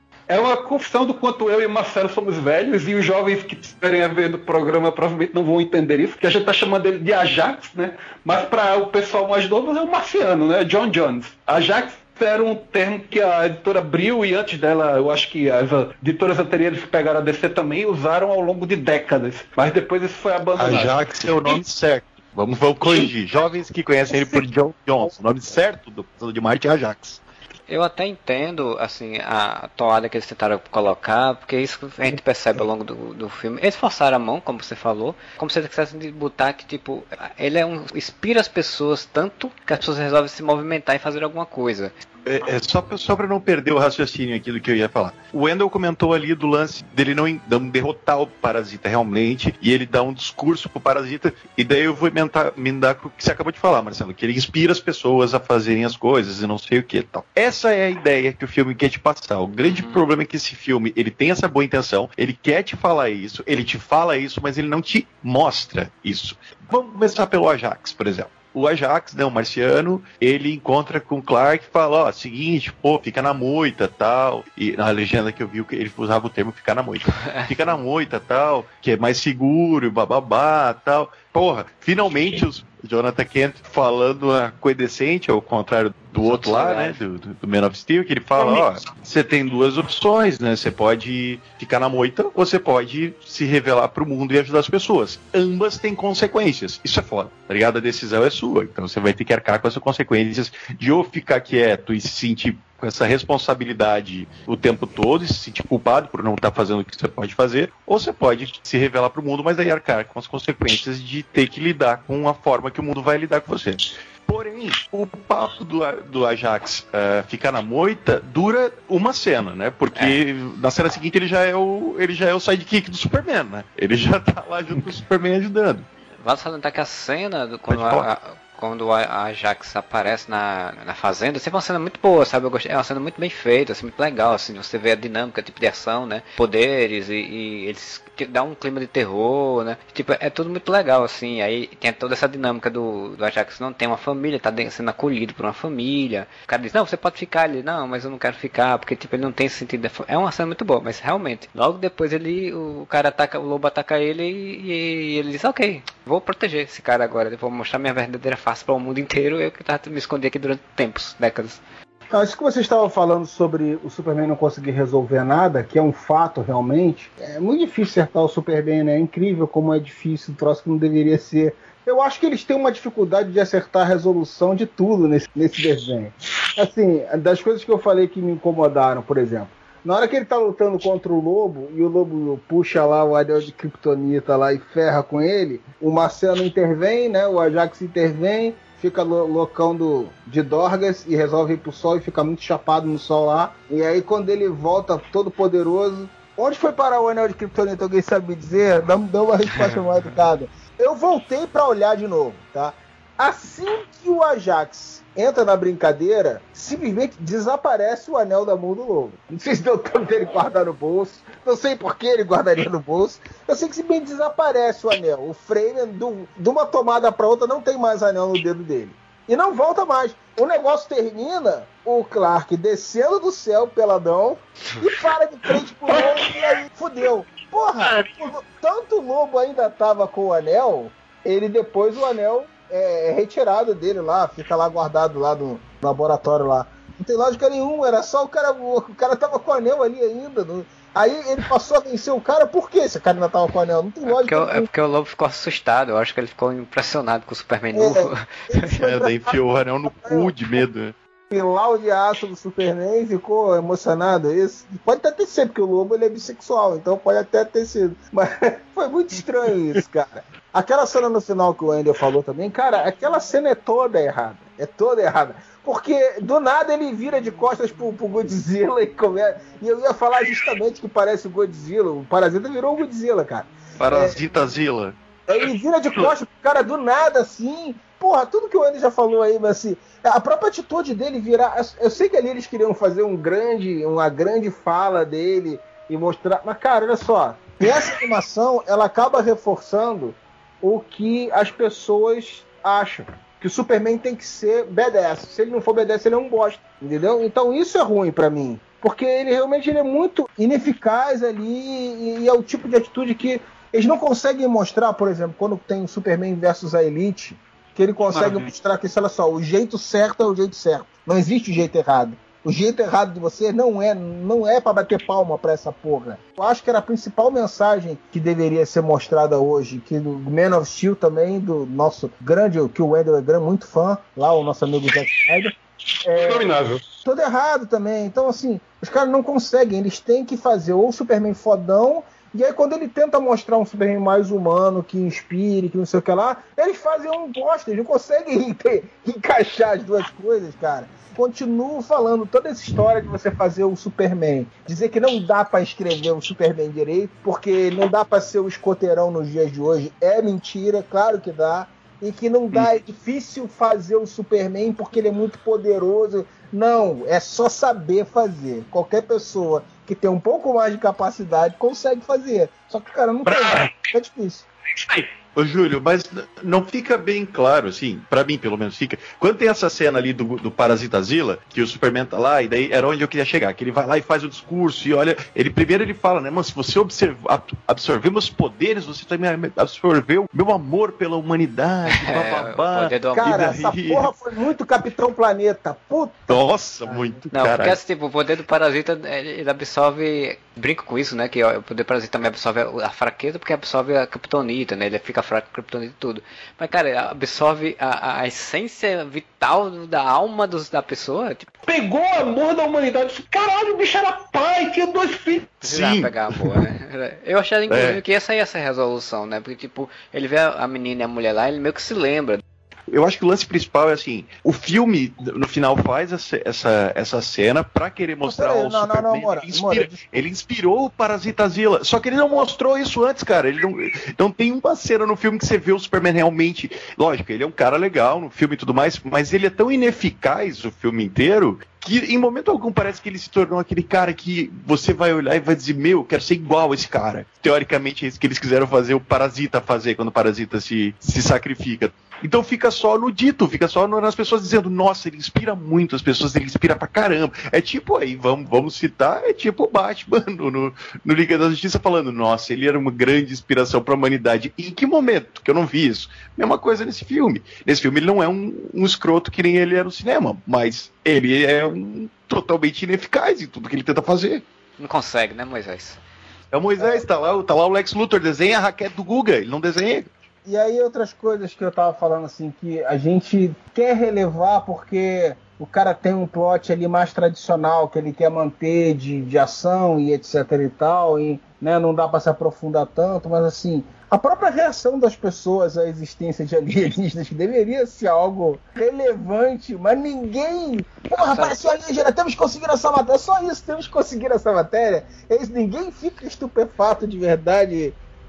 É uma confusão do quanto eu e o Marcelo somos velhos e os jovens que estiverem a ver do programa provavelmente não vão entender isso, porque a gente tá chamando ele de Ajax, né? Mas para o pessoal mais novo é o marciano, né? John Jones. Ajax era um termo que a editora Abril e antes dela, eu acho que as editoras anteriores que pegaram a D C também usaram ao longo de décadas. Mas depois isso foi abandonado. Ajax é o nome certo. Vamos, vamos corrigir. Jovens que conhecem ele por John Jones. O nome certo do Passado de Marte é Ajax. Eu até entendo, assim, a toalha que eles tentaram colocar, porque isso a gente percebe ao longo do, do filme. Eles forçaram a mão, como você falou, como se eles quisessem botar que, tipo, ele é um, inspira as pessoas tanto que as pessoas resolvem se movimentar e fazer alguma coisa. É, é só, só para não perder o raciocínio aqui do que eu ia falar. O Wendell comentou ali do lance dele não, não derrotar o Parasita realmente, e ele dá um discurso pro Parasita, e daí eu vou emendar, emendar com o que você acabou de falar, Marcelo, que ele inspira as pessoas a fazerem as coisas e não sei o que e tal. Essa é a ideia que o filme quer te passar. O grande uhum. problema é que esse filme, ele tem essa boa intenção, ele quer te falar isso, ele te fala isso, mas ele não te mostra isso. Vamos começar pelo Ajax, por exemplo. O Ajax, né, o marciano, ele encontra com o Clark e fala, ó, seguinte, pô, fica na moita, tal, e na legenda que eu vi, ele usava o termo ficar na moita, fica na moita, tal, que é mais seguro, bababá, tal. Porra, finalmente os Jonathan Kent falando uma coisa decente, ao contrário do outro lá, né, do, do Man of Steel, que ele fala, ó, você tem duas opções, né, você pode ficar na moita ou você pode se revelar pro mundo e ajudar as pessoas. Ambas têm consequências, isso é foda, tá ligado? A decisão é sua, então você vai ter que arcar com essas consequências de ou ficar quieto e se sentir com essa responsabilidade o tempo todo e se sentir culpado por não estar fazendo o que você pode fazer, ou você pode se revelar para o mundo, mas daí arcar com as consequências de ter que lidar com a forma que o mundo vai lidar com você. Porém, o papo do, do Ajax uh, ficar na moita dura uma cena, né? Porque é. na cena seguinte ele já é o, ele já é o sidekick do Superman, né? Ele já tá lá junto com o Superman ajudando. Vale salientar que a cena do, quando a, a, quando a Ajax aparece na, na fazenda, sempre é uma cena muito boa, sabe? Eu gostei, é uma cena muito bem feita, assim, muito legal, assim, você vê a dinâmica, tipo de ação, né? Poderes e, e eles dá um clima de terror, né? Tipo, é tudo muito legal, assim. Aí tem toda essa dinâmica do, do Ajax não tem uma família, tá sendo acolhido por uma família. O cara diz, não, você pode ficar ali. Não, mas eu não quero ficar, porque tipo, ele não tem esse sentido. De... É uma cena muito boa, mas realmente, logo depois ele, o cara ataca, o lobo ataca ele e, e ele diz, ok, vou proteger esse cara agora, eu vou mostrar minha verdadeira face para o mundo inteiro, eu que tava me esconder aqui durante tempos, décadas. Ah, isso que você estava falando sobre o Superman não conseguir resolver nada, que é um fato realmente, é muito difícil acertar o Superman, né? É incrível como é difícil, um troço que não deveria ser. Eu acho que eles têm uma dificuldade de acertar a resolução de tudo nesse, nesse desenho. Assim, das coisas que eu falei que me incomodaram, por exemplo, na hora que ele tá lutando contra o lobo, e o lobo puxa lá o anel de Kryptonita lá e ferra com ele, o Marciano intervém, né? O Ajax intervém, fica loucão do, de Dorgas e resolve ir pro sol e fica muito chapado no sol lá. E aí quando ele volta todo poderoso... Onde foi parar o anel de Kryptonita? Alguém sabe me dizer? Dá, dá uma resposta mais educada. Eu voltei pra olhar de novo, tá? Assim que o Ajax entra na brincadeira, simplesmente desaparece o anel da mão do lobo. Não sei se deu tempo dele guardar no bolso, não sei por que ele guardaria no bolso. Eu sei que simplesmente desaparece o anel. O Fremen, do, de uma tomada para outra, não tem mais anel no dedo dele. E não volta mais. O negócio termina, o Clark descendo do céu, peladão, e para de frente pro lobo, e aí fudeu. Porra, tanto o lobo ainda tava com o anel, ele depois o anel é retirado dele lá, fica lá guardado lá no laboratório lá. Não tem lógica nenhuma, era só o cara, o cara tava com o anel ali ainda. No, aí ele passou a vencer o cara, por que esse cara ainda tava com o anel? Não tem lógica. É porque, é porque o lobo ficou assustado, eu acho que ele ficou impressionado com o Superman novo. É, é daí enfiou o anel no cu de medo. Pilar de aço do Superman, ficou emocionado, isso. Pode até ter sido, porque o lobo ele é bissexual, então pode até ter sido. Mas foi muito estranho isso, cara. Aquela cena no final que o Wendel falou também, cara, aquela cena é toda errada. É toda errada. Porque do nada ele vira de costas pro, pro Godzilla e começa. E eu ia falar justamente que parece o Godzilla. O Parasita virou o Godzilla, cara. Parasitazilla. É, ele vira de costas pro cara do nada, assim. Porra, tudo que o Wendel já falou aí, mas assim, a própria atitude dele virar. Eu sei que ali eles queriam fazer um grande, uma grande fala dele e mostrar. Mas, cara, olha só. Essa animação, ela acaba reforçando o que as pessoas acham. Que o Superman tem que ser badass. Se ele não for badass, ele é um bosta. Entendeu? Então isso é ruim pra mim. Porque ele realmente ele é muito ineficaz ali e é o tipo de atitude que eles não conseguem mostrar, por exemplo, quando tem o Superman versus a Elite, que ele consegue Maravilha. mostrar que, olha só, o jeito certo é o jeito certo. Não existe o jeito errado. O jeito errado de você não é, não é pra bater palma pra essa porra. Eu acho que era a principal mensagem que deveria ser mostrada hoje, que do Man of Steel também, do nosso grande, que o Wendel é grande, muito fã, lá o nosso amigo Zack Snyder. É, Dominável. Todo errado também. Então, assim, os caras não conseguem, eles têm que fazer ou o Superman fodão, e aí quando ele tenta mostrar um Superman mais humano, que inspire, que não sei o que lá, eles fazem um bosta, eles não conseguem encaixar as duas coisas, cara. Continuo falando toda essa história de você fazer o Superman, dizer que não dá pra escrever o Superman direito, porque não dá pra ser o escoteirão nos dias de hoje, é mentira, claro que dá, e que não dá, é difícil fazer o Superman porque ele é muito poderoso. Não, é só saber fazer. Qualquer pessoa que tem um pouco mais de capacidade consegue fazer. Só que o cara não tem, é difícil. Ô Júlio, mas não fica bem claro, assim, pra mim pelo menos fica. Quando tem essa cena ali do, do Parasitazilla, que o Superman tá lá, e daí era onde eu queria chegar, que ele vai lá e faz o discurso, e olha, ele primeiro ele fala, né, mas se você observa, absorver meus poderes, você também absorveu meu amor pela humanidade, bababá. É, cara, essa porra foi muito Capitão Planeta, puta. Nossa, muito, Não, caralho. porque assim, tipo, o poder do Parasita, ele absorve, brinco com isso, né, que ó, o poder do Parasita também absorve a fraqueza, porque absorve a Kryptonita, né, ele fica fraco com Kryptonita e tudo. Mas, cara, absorve a, a essência vital da alma dos, da pessoa. Tipo... Pegou o amor da humanidade. Caralho, o bicho era pai, tinha dois filhos. Sim. pegar amor, né? Eu achei, inclusive, é. que essa ia ser a resolução, né? Porque, tipo, ele vê a menina e a mulher lá, ele meio que se lembra. Eu acho que o lance principal é assim, o filme no final faz essa, essa, essa cena pra querer mostrar não, o não, Superman. Não, não, Mora, ele, inspira, Mora, ele inspirou o Parasitazilla, só que ele não mostrou isso antes, cara. Ele não, não tem uma cena no filme que você vê o Superman realmente. Lógico, ele é um cara legal no filme e tudo mais, mas ele é tão ineficaz o filme inteiro que em momento algum parece que ele se tornou aquele cara que você vai olhar e vai dizer, meu, eu quero ser igual a esse cara. Teoricamente é isso que eles quiseram fazer o Parasita fazer quando o Parasita se, se sacrifica. Então fica só no dito, fica só no, nas pessoas dizendo, nossa, ele inspira muito as pessoas, ele inspira pra caramba. É tipo aí, vamos, vamos citar, é tipo o Batman no, no, no Liga da Justiça falando, nossa, ele era uma grande inspiração pra humanidade. Em que momento? Que eu não vi isso. Mesma coisa nesse filme. Nesse filme ele não é um, um escroto que nem ele é no cinema, mas ele é um totalmente ineficaz em tudo que ele tenta fazer. Não consegue, né, Moisés? É o Moisés, tá lá, tá lá o Lex Luthor, desenha a raquete do Guga, ele não desenha. E aí outras coisas que eu tava falando assim, que a gente quer relevar porque o cara tem um plot ali mais tradicional que ele quer manter de, de ação e etc e tal, e né, não dá pra se aprofundar tanto, mas assim, a própria reação das pessoas à existência de alienígenas que deveria ser algo relevante, mas ninguém... Porra, apareceu alienígena, temos que conseguir essa matéria, é só isso, temos que conseguir essa matéria, é isso, ninguém fica estupefato de verdade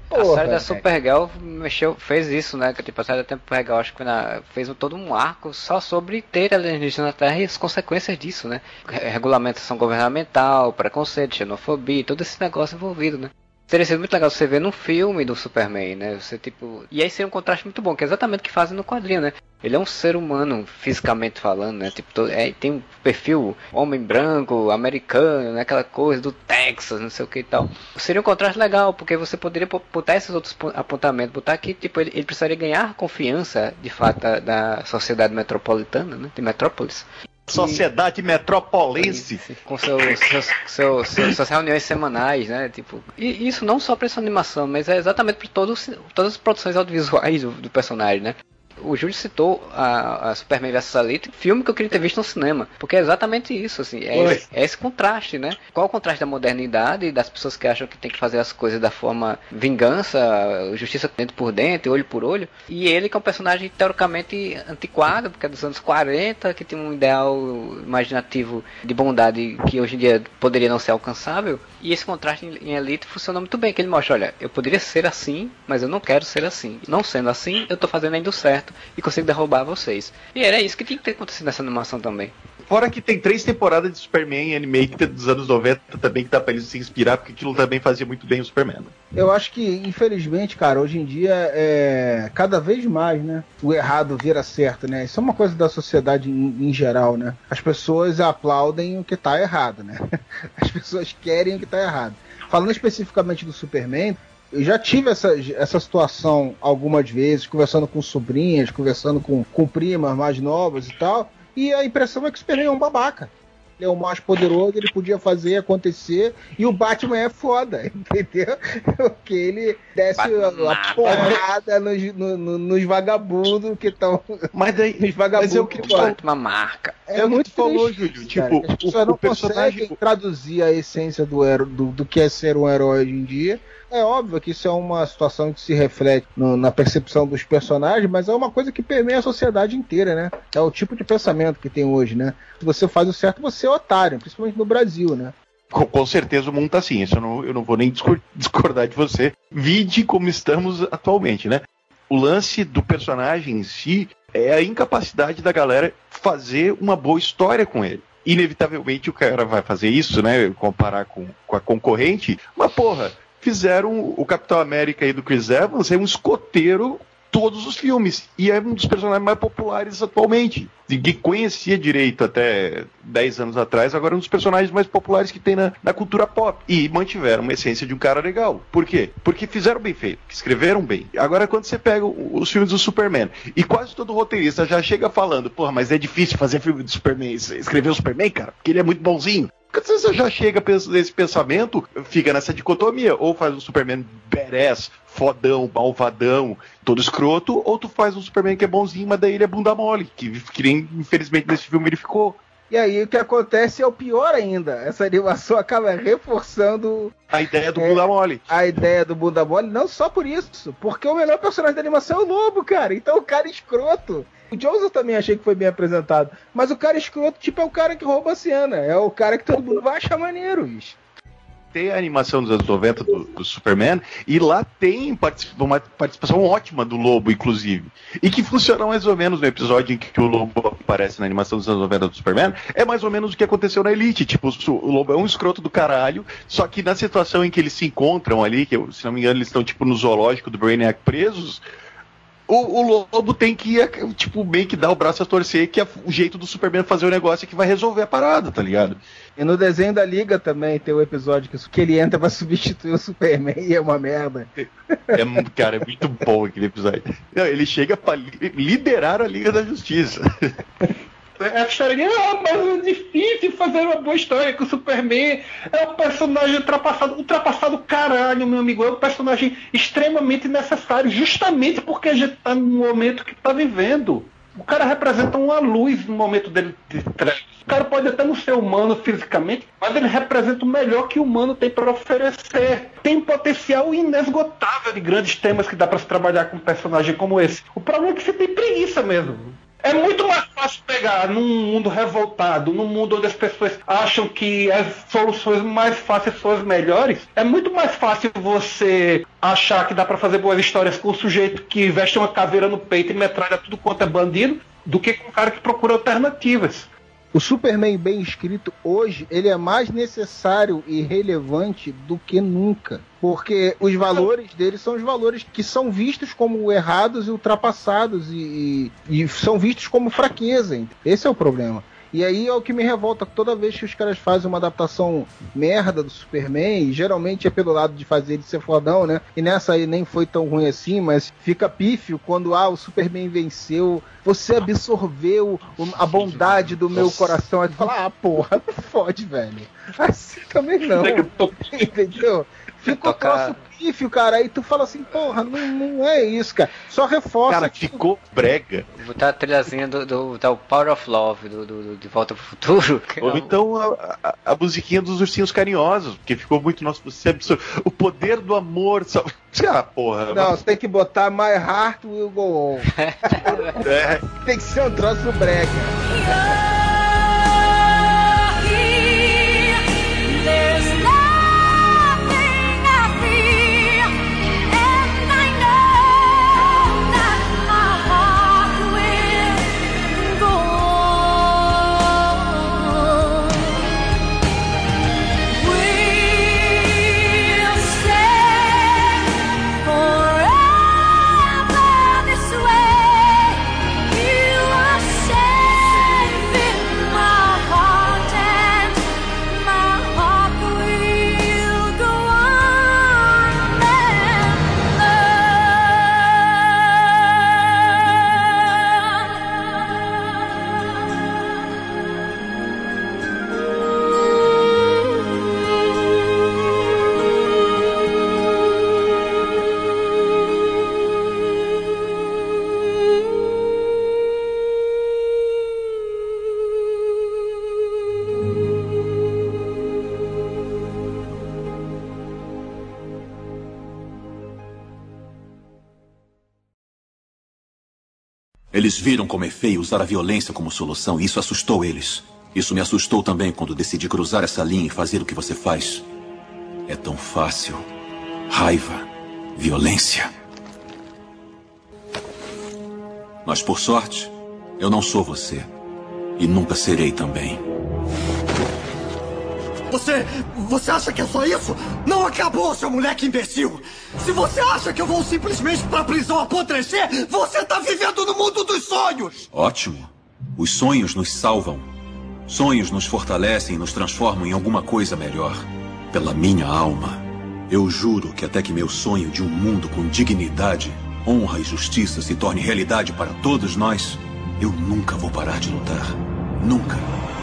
Porra, a série da Supergirl mexeu, fez isso, né? Que, tipo, a série da Supergirl acho que na, fez todo um arco só sobre ter alienígena na Terra e as consequências disso, né? Regulamentação governamental, preconceito, xenofobia, todo esse negócio envolvido, né? Seria sido muito legal você ver num filme do Superman, né? Você, tipo... E aí seria um contraste muito bom, que é exatamente o que fazem no quadrinho, né? Ele é um ser humano, fisicamente falando, né? Tipo, todo... é, tem um perfil homem branco, americano, né? Aquela coisa do Texas, não sei o que e tal. Seria um contraste legal, porque você poderia botar esses outros apontamentos, botar que, tipo, ele, ele precisaria ganhar confiança, de fato, da, da sociedade metropolitana, né? De Metrópolis. Sociedade metropolense. Com seus, seus, seus, seus, suas reuniões semanais, né? Tipo, e isso não só para essa animação, mas é exatamente para todas as produções audiovisuais do, do personagem, né? O Júlio citou a, a Superman versus. Elite, filme que eu queria ter visto no cinema, porque é exatamente isso, assim, é, é esse contraste, né? Qual o contraste da modernidade e das pessoas que acham que tem que fazer as coisas da forma vingança, justiça dentro por dentro, olho por olho, e ele que é um personagem teoricamente antiquado, porque é dos anos quarenta, que tem um ideal imaginativo de bondade que hoje em dia poderia não ser alcançável, e esse contraste em, em Elite funciona muito bem, que ele mostra, olha, eu poderia ser assim, mas eu não quero ser assim. Não sendo assim, eu tô fazendo ainda o certo e consigo derrubar vocês. E era isso que tinha que ter acontecido nessa animação também. Fora que tem três temporadas de Superman Animated dos anos noventa também que dá pra eles se inspirar, porque aquilo também fazia muito bem o Superman. Eu acho que, infelizmente, cara, hoje em dia é cada vez mais, né? O errado vira certo, né? Isso é uma coisa da sociedade em, em geral, né? As pessoas aplaudem o que tá errado, né? As pessoas querem o que tá errado. Falando especificamente do Superman, eu já tive essa, essa situação algumas vezes, conversando com sobrinhas, conversando com, com primas mais novas e tal, e a impressão é que o Superman é um babaca. Ele é o mais poderoso, ele podia fazer acontecer, e o Batman é foda, entendeu? Porque ele desce a, a porrada nos, no, no, nos vagabundos que estão... Mas daí, nos vagabundos mas é o que tu falou. Uma marca. É, é muito que tu falou, Júlio. Tipo, as pessoas não o personagem conseguem traduzir a essência do, do, do que é ser um herói hoje em dia. É óbvio que isso é uma situação que se reflete no, na percepção dos personagens, mas é uma coisa que permeia a sociedade inteira, né? É o tipo de pensamento que tem hoje, né? Se você faz o certo, você é otário, principalmente no Brasil, né? Com, com certeza o mundo tá assim, isso eu não, eu não vou nem discordar de você. Vide como estamos atualmente, né? O lance do personagem em si é a incapacidade da galera fazer uma boa história com ele. Inevitavelmente o cara vai fazer isso, né? Comparar com, com a concorrente, mas porra... Fizeram o Capitão América aí do Chris Evans, é um escoteiro todos os filmes, e é um dos personagens mais populares atualmente. Ninguém conhecia direito até dez anos atrás, agora é um dos personagens mais populares que tem na, na cultura pop. E mantiveram uma essência de um cara legal. Por quê? Porque fizeram bem feito, escreveram bem. Agora quando você pega os filmes do Superman, e quase todo roteirista já chega falando, porra, mas é difícil fazer filme do Superman, escrever o Superman, cara, porque ele é muito bonzinho. Porque você já chega nesse pensamento, fica nessa dicotomia, ou faz um Superman badass, fodão, malvadão, todo escroto, ou tu faz um Superman que é bonzinho, mas daí ele é bunda mole, que, que nem, infelizmente nesse filme ele ficou. E aí o que acontece é o pior ainda, essa animação acaba reforçando a ideia do é, bunda mole. A ideia do bunda mole, não só por isso, porque o melhor personagem da animação é o Lobo, cara, então o cara é escroto. O Joseph também achei que foi bem apresentado, mas o cara escroto, tipo, é o cara que rouba a cena, é o cara que todo mundo vai achar maneiro, bicho. Tem a animação dos anos noventa do, do Superman, e lá tem participa, uma participação ótima do Lobo, inclusive. E que funciona mais ou menos no episódio em que o Lobo aparece na animação dos anos noventa do Superman. É mais ou menos o que aconteceu na Elite. Tipo, o Lobo é um escroto do caralho, só que na situação em que eles se encontram ali, que se não me engano eles estão tipo no zoológico do Brainiac presos, O, o Lobo tem que, tipo, meio que dar o braço a torcer, que é o jeito do Superman fazer o negócio é que vai resolver a parada, tá ligado? E no desenho da Liga também tem um episódio que, que ele entra pra substituir o Superman e é uma merda. É, cara, é muito bom aquele episódio. Não, ele chega pra liderar a Liga da Justiça. A história de, ah, mas é difícil fazer uma boa história que o Superman é um personagem ultrapassado, ultrapassado caralho, meu amigo, é um personagem extremamente necessário, justamente porque a gente tá no momento que tá vivendo. O cara representa uma luz no momento dele de trás. O cara pode até não ser humano fisicamente, mas ele representa o melhor que o humano tem para oferecer. Tem um potencial inesgotável de grandes temas que dá para se trabalhar com um personagem como esse. O problema é que você tem preguiça mesmo. É muito mais fácil pegar num mundo revoltado, num mundo onde as pessoas acham que as soluções mais fáceis são as melhores. É muito mais fácil você achar que dá pra fazer boas histórias com o sujeito que veste uma caveira no peito e metralha tudo quanto é bandido, do que com o cara que procura alternativas. O Superman bem escrito hoje, ele é mais necessário e relevante do que nunca. Porque os valores dele são os valores que são vistos como errados e ultrapassados e, e, e são vistos como fraqueza. Esse é o problema. E aí é o que me revolta toda vez que os caras fazem uma adaptação merda do Superman, e geralmente é pelo lado de fazer ele ser fodão, né? E nessa aí nem foi tão ruim assim, mas fica pífio quando ah, o Superman venceu, você absorveu a bondade do meu coração. Aí tu fala, ah, porra, não fode, velho. Assim também não. Entendeu? Fica o troço pífio, cara. Aí tu fala assim, porra, não, não é isso, cara. Só reforça. Cara, que ficou brega. Vou botar a trilhazinha do, do, do Power of Love, do, do, do De Volta pro Futuro. Ou então a, a, a musiquinha dos ursinhos carinhosos, porque ficou muito nosso. O poder do amor. Só... Ah, porra. Não, você tem que botar My Heart Will Go On. É. Tem que ser um troço brega. Eles viram como é feio usar a violência como solução e isso assustou eles. Isso me assustou também quando decidi cruzar essa linha e fazer o que você faz. É tão fácil. Raiva, violência. Mas por sorte, eu não sou você. E nunca serei também. Você... você acha que é só isso? Não acabou, seu moleque imbecil! Se você acha que eu vou simplesmente pra prisão apodrecer, você tá vivendo no mundo dos sonhos! Ótimo. Os sonhos nos salvam. Sonhos nos fortalecem e nos transformam em alguma coisa melhor. Pela minha alma. Eu juro que até que meu sonho de um mundo com dignidade, honra e justiça se torne realidade para todos nós, eu nunca vou parar de lutar. Nunca.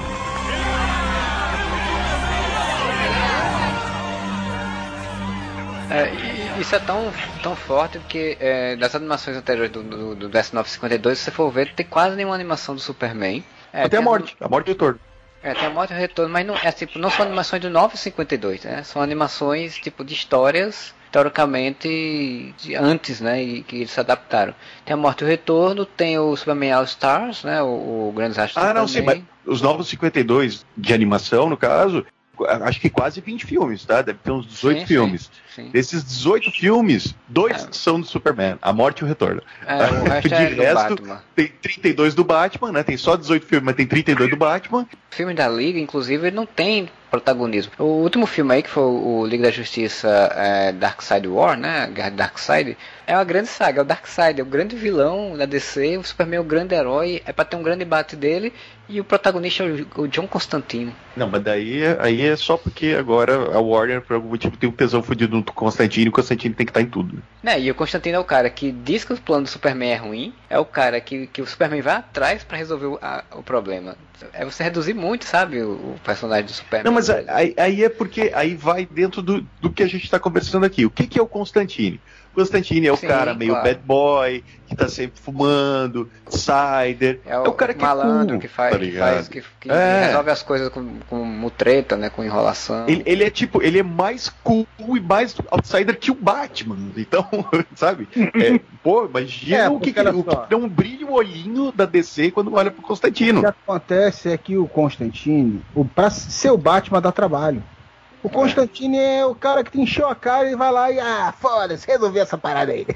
É, isso é tão, tão forte que é, das animações anteriores do, do, do D S nove cinquenta e dois, se você for ver, não tem quase nenhuma animação do Superman. É, tem a morte, a, a morte e o retorno. É, tem a morte e o retorno, mas não, é, tipo, não são animações do nove cinquenta e dois, né? São animações tipo de histórias, teoricamente, de antes, né? E que eles se adaptaram. Tem a morte e o retorno, tem o Superman All Stars, né? O, o Grandes Astros Ah, não, Superman. sim, mas os novos cinquenta e dois de animação, no caso, acho que quase vinte filmes, tá? Deve ter uns dezoito sim, filmes. Sim, sim. Desses dezoito filmes, dois é. são do Superman, A Morte e o Retorno. É, o resto de é resto, do Batman. Tem trinta e dois do Batman, né? Tem só dezoito filmes, mas tem trinta e dois do Batman. O filme da Liga, inclusive, ele não tem protagonismo. O último filme aí, que foi o Liga da Justiça é, Darkseid War, né? Guerra de Darkseid, é uma grande saga, é o Darkseid, é o grande vilão da D C, o Superman é o grande herói, é pra ter um grande embate dele, e o protagonista é o John Constantine. Não, mas daí aí é só porque agora a Warner, por algum motivo, tem um tesão fudido no Constantine, e o Constantine tem que estar em tudo. Né, e o Constantine é o cara que diz que o plano do Superman é ruim, é o cara que, que o Superman vai atrás pra resolver o, a, o problema. É você reduzir muito, sabe, o, o personagem do Superman. Não, mas aí, aí é porque aí vai dentro do, do que a gente está conversando aqui. O que, que é o Constantine? Constantine é o Sim, cara meio claro. bad boy, que tá sempre fumando, cider. É o, é o cara que malandro é cool, que faz, tá que, ligado? faz que, que É. resolve as coisas com, com mutreta, né? Com enrolação. Ele, ele é tipo, ele é mais cool e mais outsider que o Batman. Então, sabe? É, pô, imagina É, o que, porque olha o que só. dá um brilho o olhinho da D C quando olha pro O Constantino. que acontece é que o Constantine, o, pra ser o Batman dá trabalho. O Constantine é. é o cara que te encheu a cara e vai lá e, ah, foda-se, resolvi essa parada aí.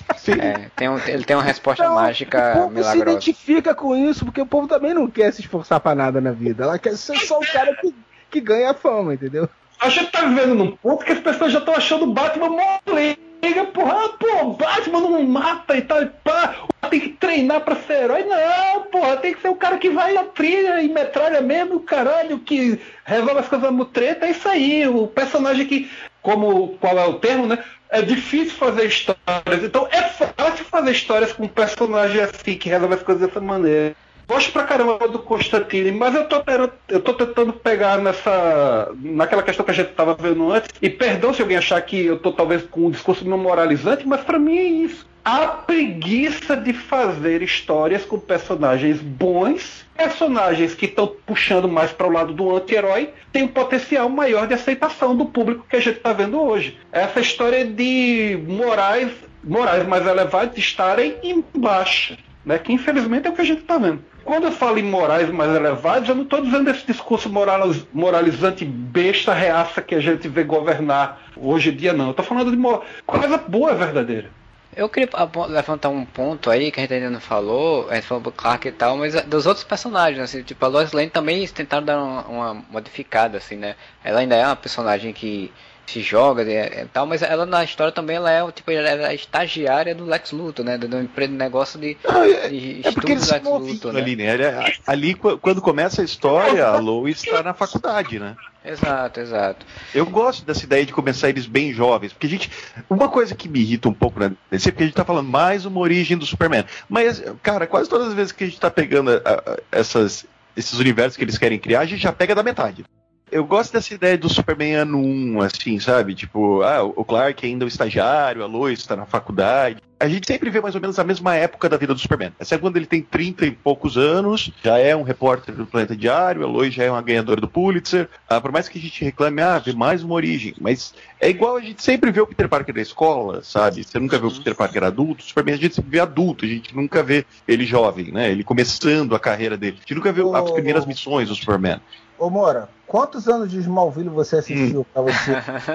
É, tem um, ele tem uma resposta Então, mágica o povo se milagrosa. identifica com isso, porque o povo também não quer se esforçar pra nada na vida. Ela quer ser só o cara que, que ganha a fama, entendeu? A gente tá vivendo num ponto que as pessoas já estão achando o Batman molenga, porra, ah, pô, o Batman não mata e tal, e pá, tem que treinar pra ser herói. Não, porra, tem que ser o cara que vai na trilha e metralha mesmo, caralho, que resolve as coisas mutreta, é isso aí, o personagem que, como, qual é o termo, né, é difícil fazer histórias, então é fácil fazer histórias com um personagem assim, que resolve as coisas dessa maneira. Gosto pra caramba do Constantine, mas eu tô, eu tô tentando pegar nessa, naquela questão que a gente tava vendo antes, e perdão se alguém achar que eu tô talvez com um discurso meio moralizante, mas pra mim é isso. A preguiça de fazer histórias com personagens bons, personagens que estão puxando mais para o lado do anti-herói, tem um potencial maior de aceitação do público que a gente tá vendo hoje. Essa história de morais, morais mais elevados estarem em baixa, né, que infelizmente é o que a gente está vendo. Quando eu falo em morais mais elevados, eu não estou dizendo esse discurso moraliz, moralizante besta, reaça que a gente vê governar hoje em dia, não. Eu estou falando de uma coisa boa, verdadeira. Eu queria levantar um ponto aí que a gente ainda não falou, a gente falou do Clark e tal, mas dos outros personagens, assim, tipo a Lois Lane também eles tentaram dar uma, uma modificada, assim, né? Ela ainda é uma personagem que se joga e, e tal, mas ela na história também ela é tipo ela é a estagiária do Lex Luthor, né? Do, do negócio de, Ah, é, de é porque eles do Lex são Luthor, né? ali, né? Ali, ali, quando começa a história, a Lois está na faculdade, né? Exato, exato. Eu gosto dessa ideia de começar eles bem jovens, porque a gente, uma coisa que me irrita um pouco na D C, porque a gente tá falando mais uma origem do Superman, mas, cara, quase todas as vezes que a gente tá pegando a, a, essas, esses universos que eles querem criar, a gente já pega da metade. Eu gosto dessa ideia do Superman ano um, assim, sabe? Tipo, ah, o Clark ainda é o estagiário, a Lois está na faculdade. A gente sempre vê mais ou menos a mesma época da vida do Superman. Essa é quando ele tem trinta e poucos anos, já é um repórter do Planeta Diário, a Lois já é uma ganhadora do Pulitzer. Ah, por mais que a gente reclame, ah, vê mais uma origem. Mas é igual a gente sempre vê o Peter Parker da escola, sabe? Você nunca vê o Peter Parker adulto. O Superman a gente sempre vê adulto, a gente nunca vê ele jovem, né? Ele começando a carreira dele. A gente nunca vê oh, as primeiras missões do Superman. Ô, Moura, quantos anos de Smallville você assistiu hum. pra você?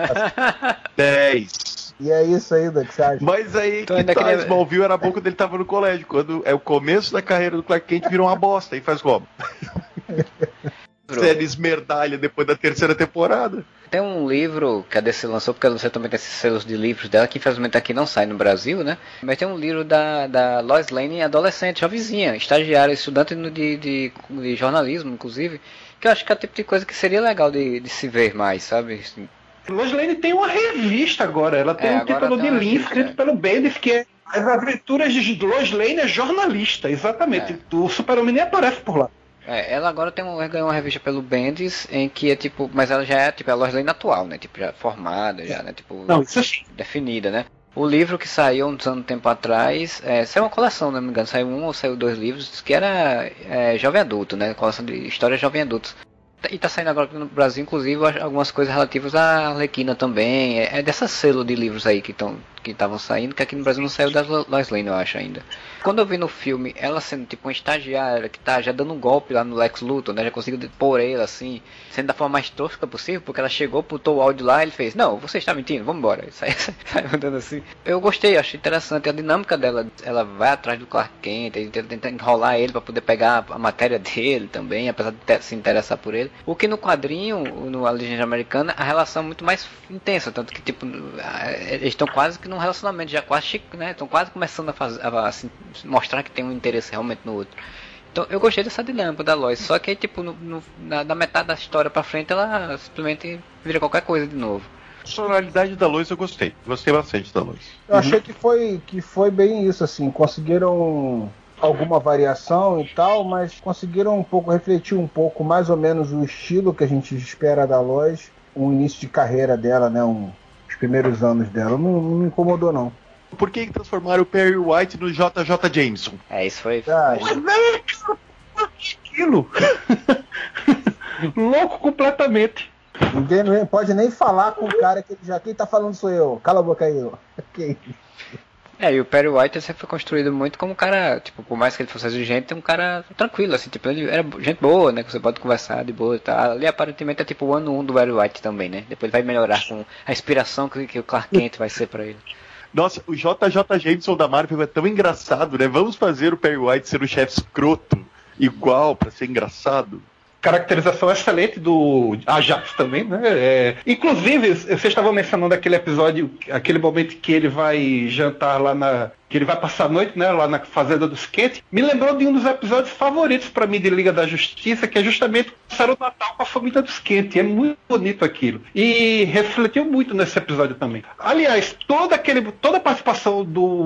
Dez. E é isso ainda que você acha? Mas aí que tá, queria... Smallville era bom quando ele tava no colégio. Quando é o começo da carreira do Clark Kent, virou uma bosta. E faz como? Série esmerdalha depois da terceira temporada. Tem um livro que a D C lançou, porque a D C também tem esses selos de livros dela, que infelizmente aqui não sai no Brasil, né? Mas tem um livro da, da Lois Lane, adolescente, jovenzinha, estagiária, estudante de, de, de jornalismo, inclusive, que eu acho que é o tipo de coisa que seria legal de, de se ver mais, sabe? Assim. Lois Lane tem uma revista agora, ela tem é, um título de livro escrito é. pelo Bendis, que é As Aventuras de Lois Lane é jornalista, exatamente. É. O Super-Homem nem aparece por lá. É, ela agora tem um, ganhou uma revista pelo Bendis, em que é tipo, mas ela já é tipo a Lois Lane atual, né? Tipo, já formada, já, né? Tipo, não, isso sim. Definida, né? O livro que saiu uns anos tempo atrás, é, saiu uma coleção, não me engano, saiu um ou saiu dois livros, que era é, jovem adulto, né? Coleção de histórias jovem adultos. E tá saindo agora no Brasil, inclusive, algumas coisas relativas à Arlequina também. É, é dessa selo de livros aí que estão que estavam saindo, que aqui no Brasil não saiu da Lois Lane, eu acho ainda. Quando eu vi no filme ela sendo tipo uma estagiária que tá já dando um golpe lá no Lex Luthor, né? Já conseguiu pôr ele assim, sendo da forma mais tosca possível, porque ela chegou, putou o áudio lá e ele fez, não, você está mentindo, vamos embora. E saiu, saiu andando assim. Eu gostei, achei interessante a dinâmica dela. Ela vai atrás do Clark Kent, tenta enrolar ele para poder pegar a matéria dele também, apesar de ter, se interessar por ele. O que no quadrinho, no A Legenda Americana, a relação é muito mais intensa, tanto que tipo, eles estão quase que num relacionamento, já quase, né? Estão quase começando a, fazer, a assim, mostrar que tem um interesse realmente no outro. Então eu gostei dessa dinâmica da Lois, só que aí tipo no, no, na, na metade da história pra frente ela simplesmente vira qualquer coisa de novo. A personalidade da Lois eu gostei, gostei bastante da Lois. Eu uhum. achei que foi, que foi bem isso, assim, conseguiram alguma variação e tal, mas conseguiram um pouco refletir um pouco mais ou menos o estilo que a gente espera da Lois, o início de carreira dela, né, um, os primeiros anos dela, não, não me incomodou não. por que transformaram o Perry White no J J Jameson? É, isso foi... Ah, aquilo. Louco completamente. Ninguém não pode nem falar com o cara que já quem tá falando sou eu. Cala a boca aí, ó. Okay. É, e o Perry White sempre foi construído muito como um cara, tipo, por mais que ele fosse exigente, um cara tranquilo, assim, tipo, ele era gente boa, né, que você pode conversar de boa e tal. Ali aparentemente é tipo o ano um do Perry White também, né, depois ele vai melhorar com a inspiração que, que o Clark Kent vai ser pra ele. Nossa, o J J Jameson da Marvel é tão engraçado, né, vamos fazer o Perry White ser o chefe escroto, igual, pra ser engraçado. Caracterização excelente do Ajax também, né? É, inclusive, vocês estavam mencionando aquele episódio, aquele momento que ele vai jantar lá na... que ele vai passar a noite, né, lá na Fazenda dos Kent. Me lembrou de um dos episódios favoritos para mim de Liga da Justiça, que é justamente passar o Natal com a família dos Kent. É muito bonito aquilo. E refletiu muito nesse episódio também. Aliás, toda, aquele, toda a participação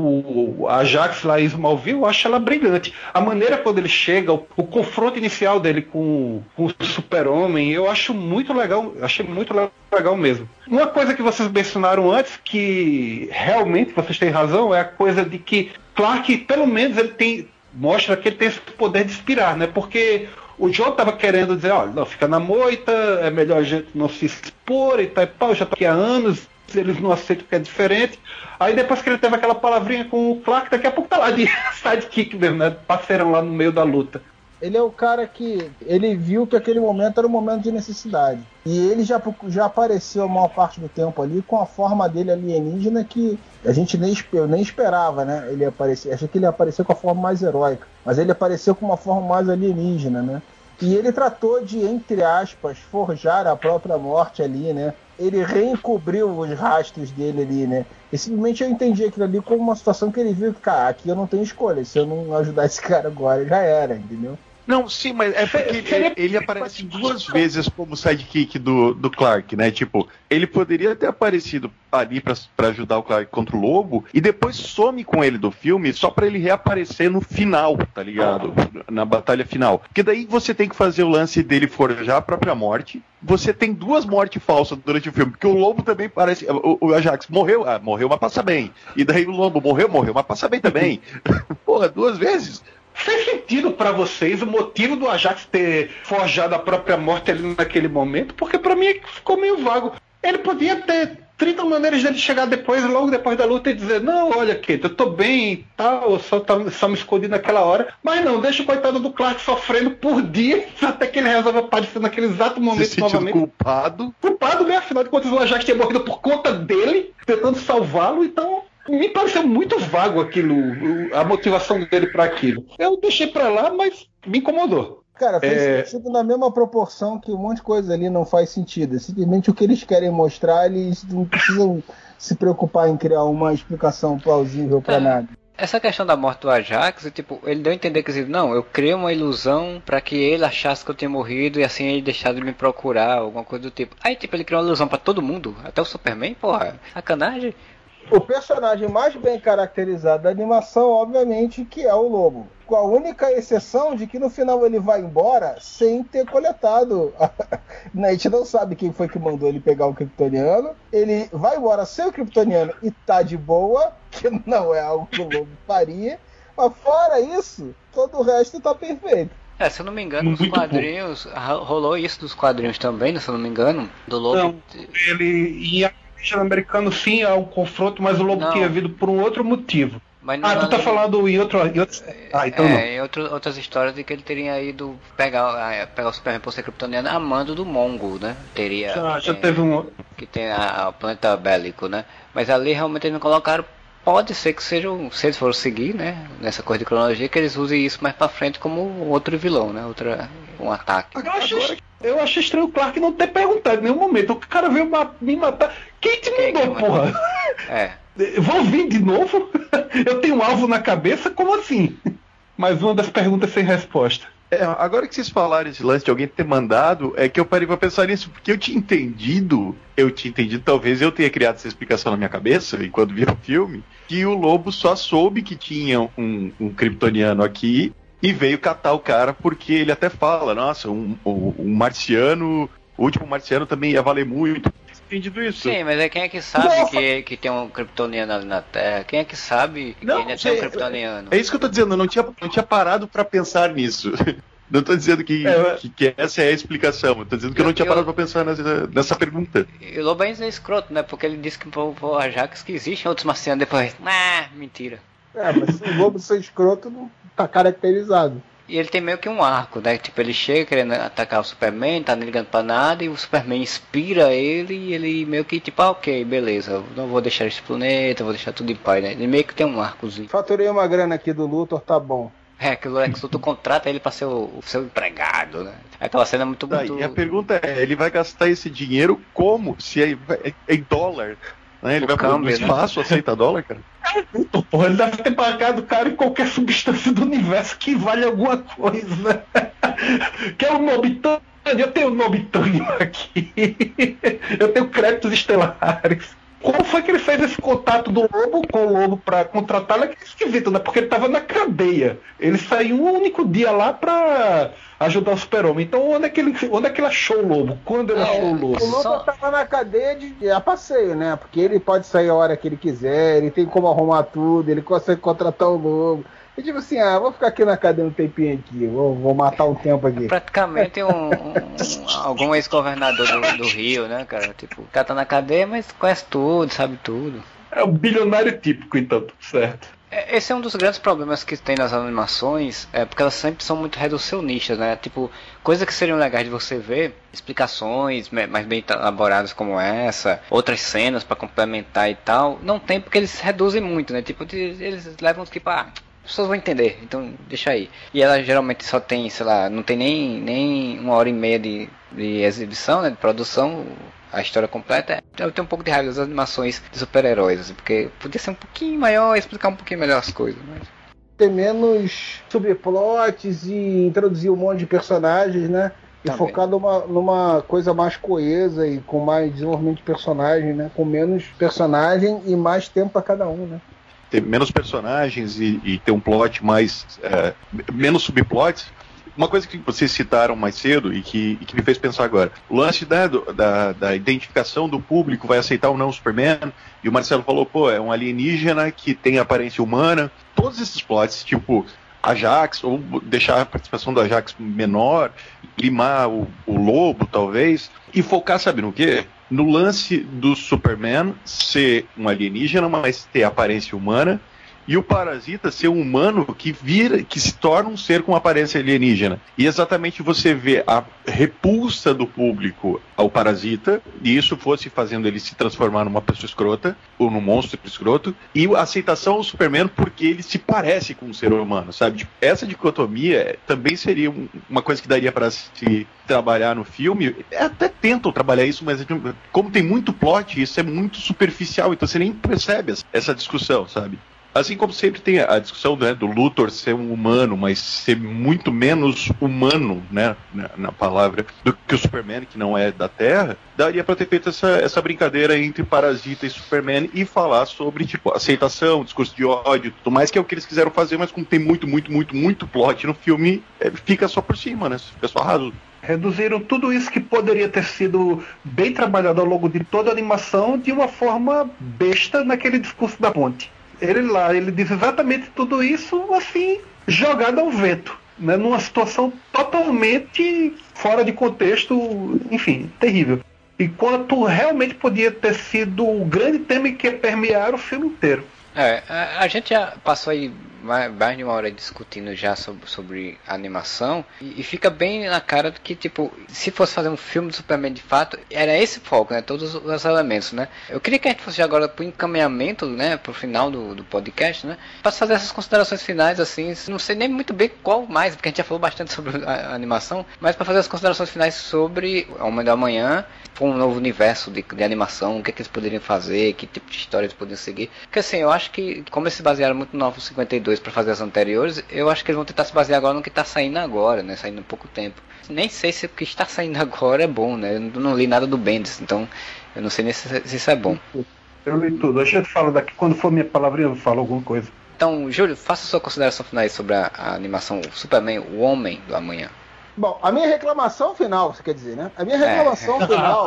do Ajax lá em Smallville, eu acho ela brilhante. A maneira quando ele chega, o, o confronto inicial dele com, com o Super-Homem, eu acho muito legal. Achei muito legal mesmo. Uma coisa que vocês mencionaram antes, que realmente vocês têm razão, é a coisa de que Clark, pelo menos, ele tem, mostra que ele tem esse poder de inspirar, né? Porque o John estava querendo dizer, olha, não, fica na moita, é melhor a gente não se expor e tal e pau, já tô aqui há anos, eles não aceitam que é diferente. Aí depois que ele teve aquela palavrinha com o Clark, daqui a pouco tá lá de sidekick mesmo, né? Parceirão lá no meio da luta. Ele é o cara que... ele viu que aquele momento era um momento de necessidade. E ele já, já apareceu a maior parte do tempo ali com a forma dele alienígena que a gente nem, eu nem esperava, né? Ele aparecer, achei que ele apareceu com a forma mais heróica. Mas ele apareceu com uma forma mais alienígena, né? E ele tratou de, entre aspas, forjar a própria morte ali, né? Ele reencobriu os rastros dele ali, né? E simplesmente eu entendi aquilo ali como uma situação que ele viu que, cara, aqui eu não tenho escolha. Se eu não ajudar esse cara agora, já era, entendeu? Não, sim, mas é porque ele, ele aparece duas vezes como sidekick do, do Clark, né? Tipo, ele poderia ter aparecido ali pra, pra ajudar o Clark contra o Lobo e depois some com ele do filme só pra ele reaparecer no final, tá ligado? Na batalha final. Porque daí você tem que fazer o lance dele forjar a própria morte. Você tem duas mortes falsas durante o filme, porque o Lobo também parece... O, o Ajax morreu, ah, morreu, mas passa bem. E daí o Lobo morreu, morreu, mas passa bem também. Porra, duas vezes. Fez sentido pra vocês o motivo do Ajax ter forjado a própria morte ali naquele momento? Porque pra mim ficou meio vago. Ele podia ter trinta maneiras dele chegar depois, logo depois da luta, e dizer, não, olha, Kate, eu tô bem e tal, eu só, tá, só me escondi naquela hora. Mas não, deixa o coitado do Clark sofrendo por dias até que ele resolve aparecer naquele exato momento se novamente. culpado. Culpado, né? Afinal de contas, o Ajax tinha morrido por conta dele, tentando salvá-lo, então... Me pareceu muito vago aquilo, a motivação dele para aquilo. Eu deixei para lá, mas me incomodou. Cara, fez é... sentido na mesma proporção que um monte de coisa ali não faz sentido. Simplesmente o que eles querem mostrar, eles não precisam se preocupar em criar uma explicação plausível para é. nada. Essa questão da morte do Ajax, tipo, ele deu a entender que, não, eu criei uma ilusão para que ele achasse que eu tinha morrido e assim ele deixar de me procurar, alguma coisa do tipo. Aí, tipo, ele criou uma ilusão para todo mundo, até o Superman, porra, sacanagem. O personagem mais bem caracterizado da animação, obviamente, que é o Lobo. Com a única exceção de que no final ele vai embora sem ter coletado. A gente não sabe quem foi que mandou ele pegar o Kryptoniano. Ele vai embora sem o Kryptoniano e tá de boa, que não é algo que o Lobo faria. Mas fora isso, todo o resto tá perfeito. É, se eu não me engano, nos quadrinhos, bom. Rolou isso dos quadrinhos também, se eu não me engano, do Lobo. Não, ele ia... americano sim há um confronto, mas o Lobo não. tinha vindo por um outro motivo. Mas ah, tu tá falando em outro, em outro... Ah, então é, não. em outro, outras histórias de que ele teria ido pegar, pegar o Superman por ser kryptoniano a mando do Mongul, né? Teria. Já, já teve um. Que tem a, a planeta bélico, né? Mas ali realmente eles não colocaram. Pode ser que seja, se eles forem seguir, né? Nessa coisa de cronologia, que eles usem isso mais pra frente como outro vilão, né? Outra, um ataque. Eu achei, eu achei estranho o Clark não ter perguntado em nenhum momento. O cara veio me matar. Quem te mandou, Quem porra? É. Vou vir de novo? Eu tenho um alvo na cabeça? Como assim? Mais uma das perguntas sem resposta. É, agora que vocês falaram esse lance de alguém ter mandado, é que eu parei pra pensar nisso, porque eu tinha entendido, eu tinha entendido, talvez eu tenha criado essa explicação na minha cabeça, enquanto vi o filme, que o Lobo só soube que tinha um, um kryptoniano aqui e veio catar o cara, porque ele até fala, nossa, um, um, um marciano, o último marciano também ia valer muito. entendido isso. Sim, mas é quem é que sabe que, que tem um kryptoniano ali na Terra? Quem é que sabe que não, ainda tem um kryptoniano? É isso que eu tô dizendo, eu não tinha, não tinha parado pra pensar nisso. Não tô dizendo que, é, que, que essa é a explicação, eu tô dizendo que eu, eu não tinha parado eu, pra pensar nessa, nessa pergunta. E o Lobains é escroto, né? Porque ele disse que pro, pro Ajax que existem outros marcianos depois. Ah, mentira. É, mas o Lobo ser escroto não tá caracterizado. E ele tem meio que um arco, né? Tipo, ele chega querendo atacar o Superman, tá nem ligando pra nada, e o Superman inspira ele, e ele meio que tipo, ah, ok, beleza, não vou deixar esse planeta, vou deixar tudo em paz, né? Ele meio que tem um arcozinho. Faturei uma grana aqui do Luthor, tá bom. É, que o Lex Luthor contrata ele pra ser o, o seu empregado, né? Aquela cena é muito... Tá, muito... E a pergunta é, ele vai gastar esse dinheiro como? Se é, é, é em dólar? Né? Ele o vai câmbio, pro espaço, né? Aceita dólar, cara? Puta, porra, ele deve ter pagado caro em qualquer substância do universo que vale alguma coisa. Que é o Nobitânio. Eu tenho o Nobitânio aqui. Eu tenho créditos estelares. Como foi que ele fez esse contato do Lobo com o Lobo pra contratá-lo? É esquisito, né? Porque ele tava na cadeia. Ele saiu um único dia lá pra ajudar o Super-Homem. Então onde é que ele, onde é que ele achou o Lobo? Quando ele é, achou o Lobo? O Lobo Só... tava na cadeia de, de a passeio, né? Porque ele pode sair a hora que ele quiser, ele tem como arrumar tudo, ele consegue contratar o Lobo. E tipo assim, ah, vou ficar aqui na cadeia um tempinho aqui, vou, vou matar um tempo aqui. Praticamente um, um, algum ex-governador do, do Rio, né, cara? Tipo, o cara tá na cadeia, mas conhece tudo, sabe tudo. É o bilionário típico, então, tudo certo. Esse é um dos grandes problemas que tem nas animações, é porque elas sempre são muito reducionistas, né? Tipo, coisas que seriam legais de você ver, explicações mais bem elaboradas como essa, outras cenas pra complementar e tal, não tem porque eles reduzem muito, né? Tipo, eles levam tipo, ah, as pessoas vão entender, então deixa aí. E ela geralmente só tem, sei lá, não tem nem, nem uma hora e meia de, de exibição, né, de produção, a história completa. Eu tenho um pouco de raiva das animações de super-heróis, assim, porque podia ser um pouquinho maior, explicar um pouquinho melhor as coisas. Mas... ter menos subplots e introduzir um monte de personagens, né? E tá focar numa, numa coisa mais coesa e com mais desenvolvimento de personagem, né? Com menos personagem e mais tempo para cada um, né? Ter menos personagens e, e ter um plot mais... É, menos subplots. Uma coisa que vocês citaram mais cedo e que, e que me fez pensar agora. O lance, né, do, da, da identificação do público, vai aceitar ou não o Superman. E o Marcelo falou, pô, é um alienígena que tem aparência humana. Todos esses plots, tipo Ajax, ou deixar a participação do Ajax menor, limar o, o Lobo, talvez, e focar, sabe no quê? No lance do Superman ser um alienígena, mas ter aparência humana, e o Parasita ser um humano que vira, que se torna um ser com aparência alienígena. E exatamente você vê a repulsa do público ao Parasita, e isso fosse fazendo ele se transformar numa pessoa escrota, ou num monstro escroto, e a aceitação ao Superman porque ele se parece com um ser humano, sabe? Essa dicotomia também seria uma coisa que daria para se trabalhar no filme. Até tentam trabalhar isso, mas como tem muito plot, isso é muito superficial, então você nem percebe essa discussão, sabe? Assim como sempre tem a discussão, né, do Luthor ser um humano, mas ser muito menos humano, né, na, na palavra, do que o Superman, que não é da Terra, daria para ter feito essa, essa brincadeira entre Parasita e Superman e falar sobre, tipo, aceitação, discurso de ódio, tudo mais, que é o que eles quiseram fazer, mas como tem muito, muito, muito, muito plot no filme, é, fica só por cima, né, fica só raso. Reduziram tudo isso que poderia ter sido bem trabalhado ao longo de toda a animação de uma forma besta naquele discurso da ponte. Ele lá, ele diz exatamente tudo isso, assim, jogado ao vento, né? Numa situação totalmente fora de contexto, enfim, terrível. Enquanto realmente podia ter sido o grande tema que ia permear o filme inteiro. É, a, a gente já passou aí mais, mais de uma hora discutindo já sobre, sobre a animação e, e fica bem na cara do que, tipo, se fosse fazer um filme do Superman de fato, era esse foco, né, todos os elementos, né. Eu queria que a gente fosse agora pro encaminhamento, né, pro final do, do podcast, né, para fazer essas considerações finais, assim, não sei nem muito bem qual mais, porque a gente já falou bastante sobre a, a animação, mas para fazer as considerações finais sobre o Homem da Manhã, com um novo universo de, de animação, o que, é que eles poderiam fazer, que tipo de história eles poderiam seguir, porque assim, eu acho que, como eles se basearam muito no Novo cinquenta e dois para fazer as anteriores, eu acho que eles vão tentar se basear agora no que está saindo agora, né, saindo há pouco tempo. Nem sei se o que está saindo agora é bom, né, eu não li nada do Bendis, então eu não sei nem se, se isso é bom. Eu li tudo, deixa eu te falar daqui, quando for minha palavrinha eu falo alguma coisa. Então, Júlio, faça sua consideração final sobre a, a animação Superman, o Homem do Amanhã. Bom, a minha reclamação final, você quer dizer, né? A minha reclamação é. final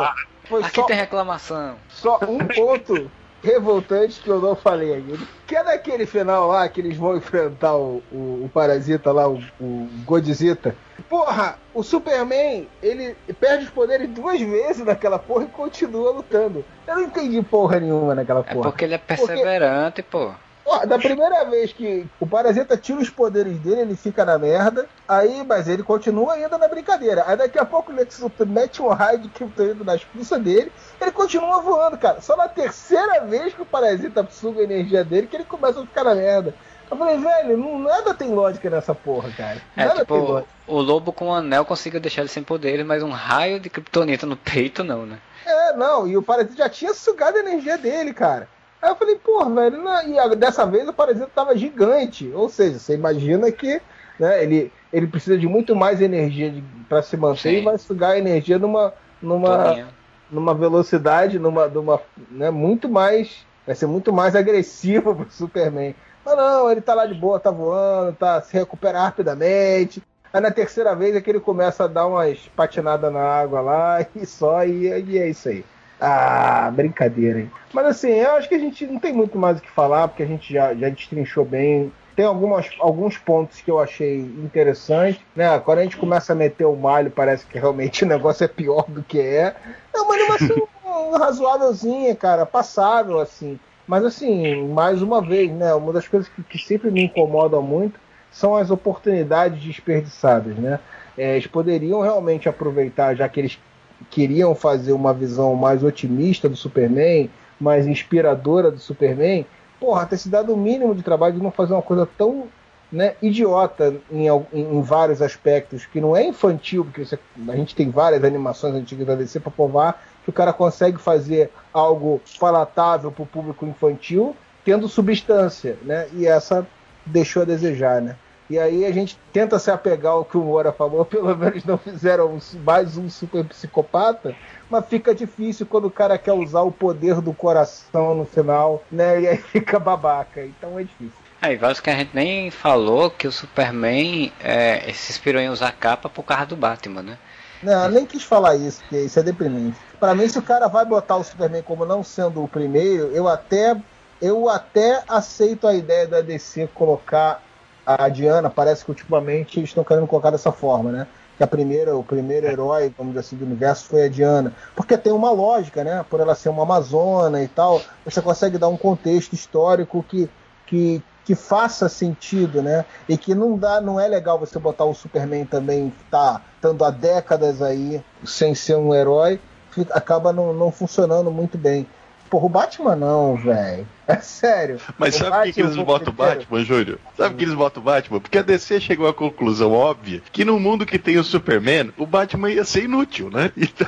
Foi Aqui só, tem reclamação. só um ponto revoltante que eu não falei ainda. Que é naquele final lá que eles vão enfrentar o, o, o Parasita lá, o, o Godzilla. Porra, o Superman, ele perde os poderes duas vezes naquela porra e continua lutando. Eu não entendi porra nenhuma naquela porra. É porque ele é perseverante, porque... pô. Porra, da primeira vez que o Parasita tira os poderes dele, ele fica na merda. Aí, mas ele continua ainda na brincadeira. Aí daqui a pouco o Lex Luthor mete um raio de kryptonita nas pulsas dele. Ele continua voando, cara. Só na terceira vez que o Parasita suga a energia dele que ele começa a ficar na merda. Eu falei, velho, não, nada tem lógica nessa porra, cara. Nada é, tipo, tem lógica. O lobo com o anel conseguiu deixar ele sem poderes, mas um raio de kryptonita no peito não, né? É, não. E o Parasita já tinha sugado a energia dele, cara. Aí eu falei, porra, velho, não... e a, dessa vez o Parasita tava gigante. Ou seja, você imagina que, né, ele, ele precisa de muito mais energia de, pra se manter. Sim. E vai sugar a energia numa, numa, numa velocidade, numa, numa, né, muito mais, vai ser muito mais agressivo pro Superman. Mas não, ele tá lá de boa, tá voando, tá se recupera rapidamente. Aí na terceira vez é que ele começa a dar umas patinadas na água lá e só, e, e é isso aí. Ah, brincadeira, hein? Mas assim, eu acho que a gente não tem muito mais o que falar, porque a gente já, já destrinchou bem. Tem algumas, alguns pontos que eu achei interessantes, né? Quando a gente começa a meter o malho, parece que realmente o negócio é pior do que é. É uma animação razoávelzinha, cara, passável, assim. Mas assim, mais uma vez, né? Uma das coisas que, que sempre me incomodam muito são as oportunidades desperdiçadas, né? É, eles poderiam realmente aproveitar, já que eles queriam fazer uma visão mais otimista do Superman, mais inspiradora do Superman, porra, ter se dado o mínimo de trabalho de não fazer uma coisa tão, né, idiota em, em, em vários aspectos, que não é infantil, porque você, a gente tem várias animações antigas da D C para provar que o cara consegue fazer algo palatável para o público infantil, tendo substância, né, e essa deixou a desejar, né. E aí a gente tenta se apegar ao que o Moura falou, pelo menos não fizeram mais um super psicopata, mas fica difícil quando o cara quer usar o poder do coração no final, né? E aí fica babaca, então é difícil. Aí, vários que a gente nem falou que o Superman é, se inspirou em usar capa por causa do Batman, né? Não, eu nem quis falar isso, porque isso é deprimente. Pra mim, se o cara vai botar o Superman como não sendo o primeiro, eu até, eu até aceito a ideia da D C colocar a Diana. Parece que ultimamente eles estão querendo colocar dessa forma, né? Que a primeira, o primeiro herói, vamos dizer assim, do universo foi a Diana. Porque tem uma lógica, né? Por ela ser uma amazona e tal, você consegue dar um contexto histórico que, que, que faça sentido, né? E que não dá, não é legal você botar o Superman também, tá estando há décadas aí, sem ser um herói, fica, acaba não, não funcionando muito bem. Porra, o Batman não, velho. É sério. Mas sabe por que, que eles botam o Batman, Júlio? Sabe por que eles botam o Batman? Porque a D C chegou à conclusão óbvia que no mundo que tem o Superman, o Batman ia ser inútil, né? Então...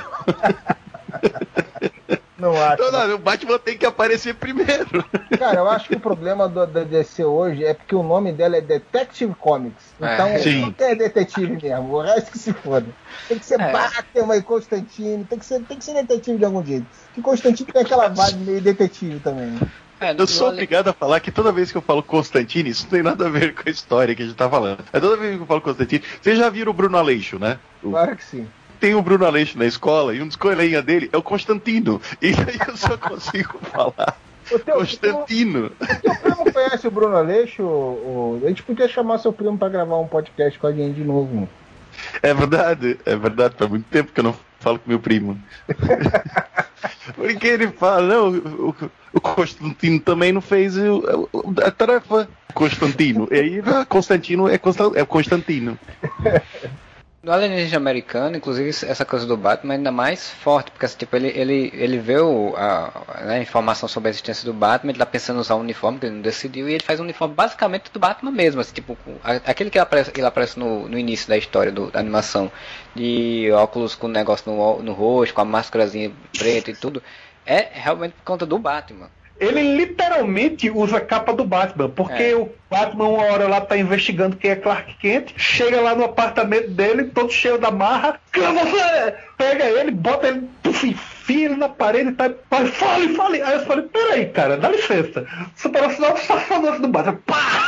Não acho. Não, não, o Batman tem que aparecer primeiro. Cara, eu acho que o problema do, da D C hoje é porque o nome dela é Detective Comics. Então, é, não tem detetive mesmo. O resto que se foda. Tem que ser é. Batman e Constantine. Tem que ser, tem que ser detetive de algum jeito. Porque Constantine tem aquela vibe meio detetive também. É, eu sou obrigado a falar que toda vez que eu falo Constantine, isso não tem nada a ver com a história que a gente tá falando. É toda vez que eu falo Constantine. Vocês já viram o Bruno Aleixo, né? O... Claro que sim. Tem o Bruno Aleixo na escola e um dos coleguinhas dele é o Constantino. E aí eu só consigo falar o teu, Constantino. O teu primo conhece o Bruno Aleixo? O, a gente podia chamar seu primo pra gravar um podcast com a gente de novo. Mano. É verdade, é verdade. Faz muito tempo que eu não falo com meu primo. Porque ele fala, não, o, o Constantino também não fez o, a tarefa. Constantino. E aí, Constantino é, Constant, é Constantino. No alienígena americano, inclusive, essa coisa do Batman é ainda mais forte, porque assim, tipo, ele, ele, ele vê o, a, a informação sobre a existência do Batman, ele tá pensando em usar um uniforme que ele não decidiu, e ele faz um uniforme basicamente do Batman mesmo, assim, tipo, aquele que ele aparece, ele aparece no, no início da história do, da animação, de óculos com negócio no, no rosto, com a máscarazinha preta e tudo, é realmente por conta do Batman. Ele literalmente usa a capa do Batman, porque é. o Batman uma hora lá tá investigando quem é Clark Kent, chega lá no apartamento dele, todo cheio da marra, quem é você? Pega ele, bota ele, puf, assim, ele na parede e tá. Fale, fale! Aí eu falei, peraí, cara, dá licença. Super-Homem só falou do Batman. Pá!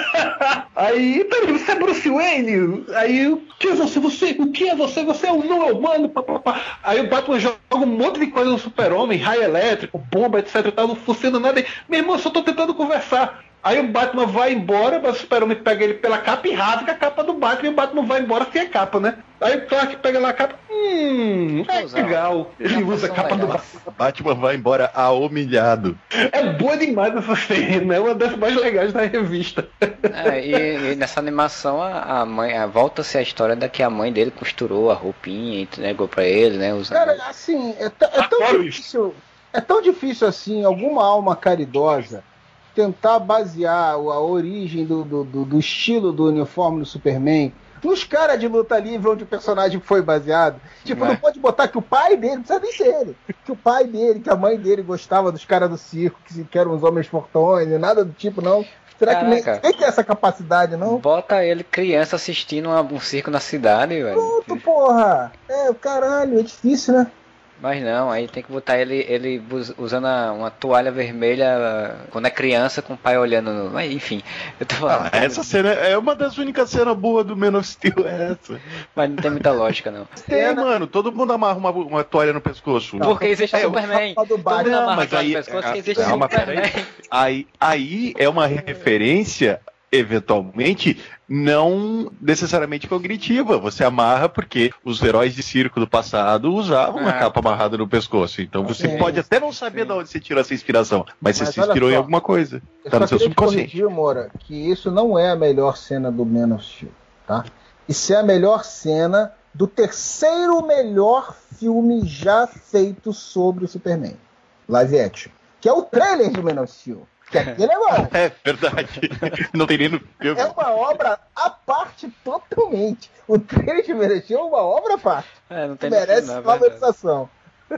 Aí, peraí, você é Bruce Wayne? Aí, o que é você? Você? O que é você? Você é um não humano? Pá, pá, pá. Aí o Batman joga um monte de coisa no Super-Homem, raio elétrico, bomba, etc e tal, não funciona nada. Meu irmão, eu só tô tentando conversar. Aí o Batman vai embora, mas o Super-Homem pega ele pela capa e rasga a capa do Batman, e o Batman vai embora sem a capa, né? Aí o Clark pega lá a capa, hum, é legal. Ele usa a capa do Batman. Batman vai embora a humilhado. É boa demais essa cena, é uma das mais legais da revista. É, e, e nessa animação a, a mãe, a, volta-se a história da que a mãe dele costurou a roupinha e entregou pra ele, né? Usando... Cara, assim, é, t- é tão difícil, é tão difícil assim, alguma alma caridosa tentar basear a origem do, do, do, do estilo do uniforme do Superman nos caras de luta livre onde o personagem foi baseado. Tipo, não, não pode botar que o pai dele, não precisa nem ser ele, que o pai dele, que a mãe dele gostava dos caras do circo, que, que eram os homens fortões, nada do tipo, não. Será Caraca. que nem, nem tem essa capacidade, não? Bota ele criança assistindo uma, um circo na cidade, velho. Pronto, porra! É, caralho, é difícil, né? Mas não, aí tem que botar ele, ele usando uma toalha vermelha quando é criança, com o pai olhando. No... Mas, enfim, eu tô falando. Ah, essa cena é uma das únicas cenas boas do Man of Steel, é essa. Mas não tem muita lógica, não. Tem, mano, todo mundo amarra uma, uma toalha no pescoço. Não, porque existe o é, Superman. Do todo mundo amarra mas aí, no pescoço, é, existe é, o Superman. Aí, aí é uma referência, eventualmente, não necessariamente cognitiva. Você amarra porque os heróis de circo do passado usavam uma ah. capa amarrada no pescoço. Então você sim, pode até não saber sim. de onde você tirou essa inspiração, mas, mas você se inspirou só, em alguma coisa. Tá no seu subconsciente. Corrigir, Moura, que isso não é a melhor cena do Man of Steel, tá? Isso é a melhor cena do terceiro melhor filme já feito sobre o Superman. Live action. Que é o trailer do Man of Steel. Que aquele é bom. É verdade. Não tem nem no filme. É uma obra à parte totalmente. O trailer de mereceu uma obra à parte. É, não tem merece filme, valorização.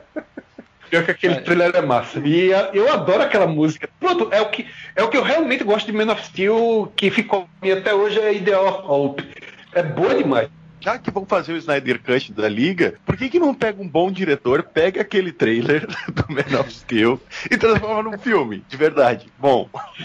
Pior que aquele é. trailer é massa. E eu adoro aquela música. Pronto, é o que, é o que eu realmente gosto de Man of Steel, que ficou e até hoje é Ideal of Hope. É boa demais. Já que vão fazer o Snyder Cut da Liga, por que que não pega um bom diretor, pega aquele trailer do Man of Steel e transforma num filme, de verdade? Bom.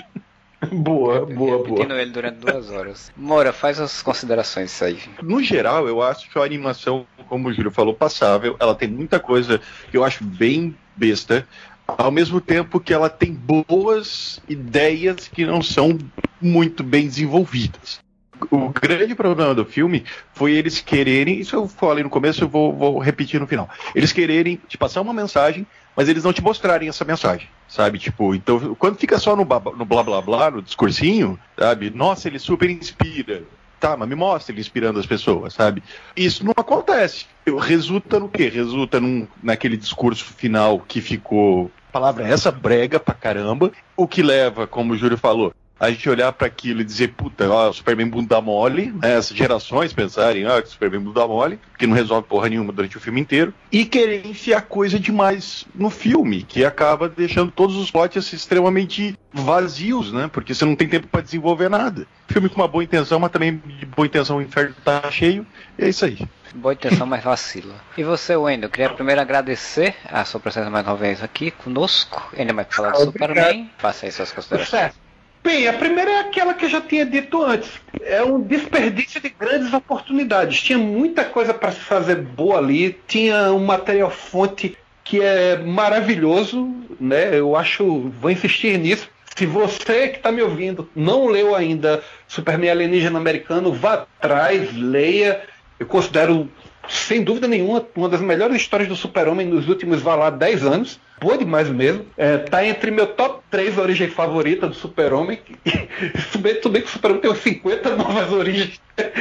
Boa, boa, boa. Repetindo ele durante duas horas. Moura, faz as considerações disso aí. No geral, eu acho que a animação, como o Júlio falou, passável. Ela tem muita coisa que eu acho bem besta, ao mesmo tempo que ela tem boas ideias que não são muito bem desenvolvidas. O grande problema do filme foi eles quererem, isso eu falei no começo, eu vou, vou repetir no final, eles quererem te passar uma mensagem, mas eles não te mostrarem essa mensagem, sabe? Tipo, então, quando fica só no, no blá blá blá, no discursinho, sabe? Nossa, ele super inspira. Tá, mas me mostra ele inspirando as pessoas, sabe? Isso não acontece. Resulta no quê? Resulta num, naquele discurso final que ficou, a palavra é essa, brega pra caramba, o que leva, como o Júlio falou, a gente olhar para aquilo e dizer, puta, ó, Superman bunda mole, né? As gerações pensarem, ah, Superman bunda mole, que não resolve porra nenhuma durante o filme inteiro, e querer enfiar coisa demais no filme, que acaba deixando todos os plots extremamente vazios, né? Porque você não tem tempo para desenvolver nada. Filme com uma boa intenção, mas também de boa intenção o inferno tá cheio, e é isso aí. Boa intenção, mas vacila. E você, Wendel, queria primeiro agradecer a sua presença mais uma vez aqui conosco, ainda mais falar do Superman, faça aí suas considerações. Bem, a primeira é aquela que eu já tinha dito antes. É um desperdício de grandes oportunidades. Tinha muita coisa para se fazer boa ali. Tinha um material fonte que é maravilhoso, né? Eu acho, vou insistir nisso. Se você que está me ouvindo não leu ainda Superman Alienígena Americano, vá atrás, leia. Eu considero, sem dúvida nenhuma, uma das melhores histórias do Super-Homem nos últimos, vá lá, dez anos. Boa demais mesmo. É, tá entre meu top três origem favorita do Super-Homem. Tudo bem, tudo bem que o Super-Homem tem cinquenta novas origens.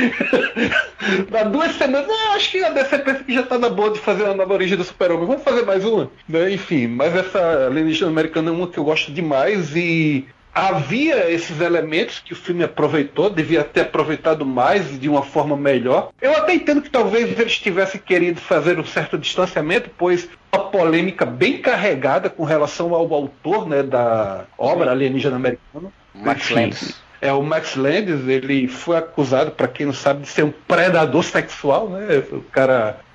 Dá duas semanas, eu acho que a D C pensa que já tá na boa de fazer uma nova origem do Super-Homem. Vamos fazer mais uma? Né? Enfim, mas essa Alienígena Americana é uma que eu gosto demais e havia esses elementos que o filme aproveitou, devia ter aproveitado mais de uma forma melhor. Eu até entendo que talvez eles tivessem querido fazer um certo distanciamento, pois uma polêmica bem carregada com relação ao autor, né, da obra Alienígena Americana. Max Landis. É, o Max Landis, ele foi acusado, para quem não sabe, de ser um predador sexual, né? O cara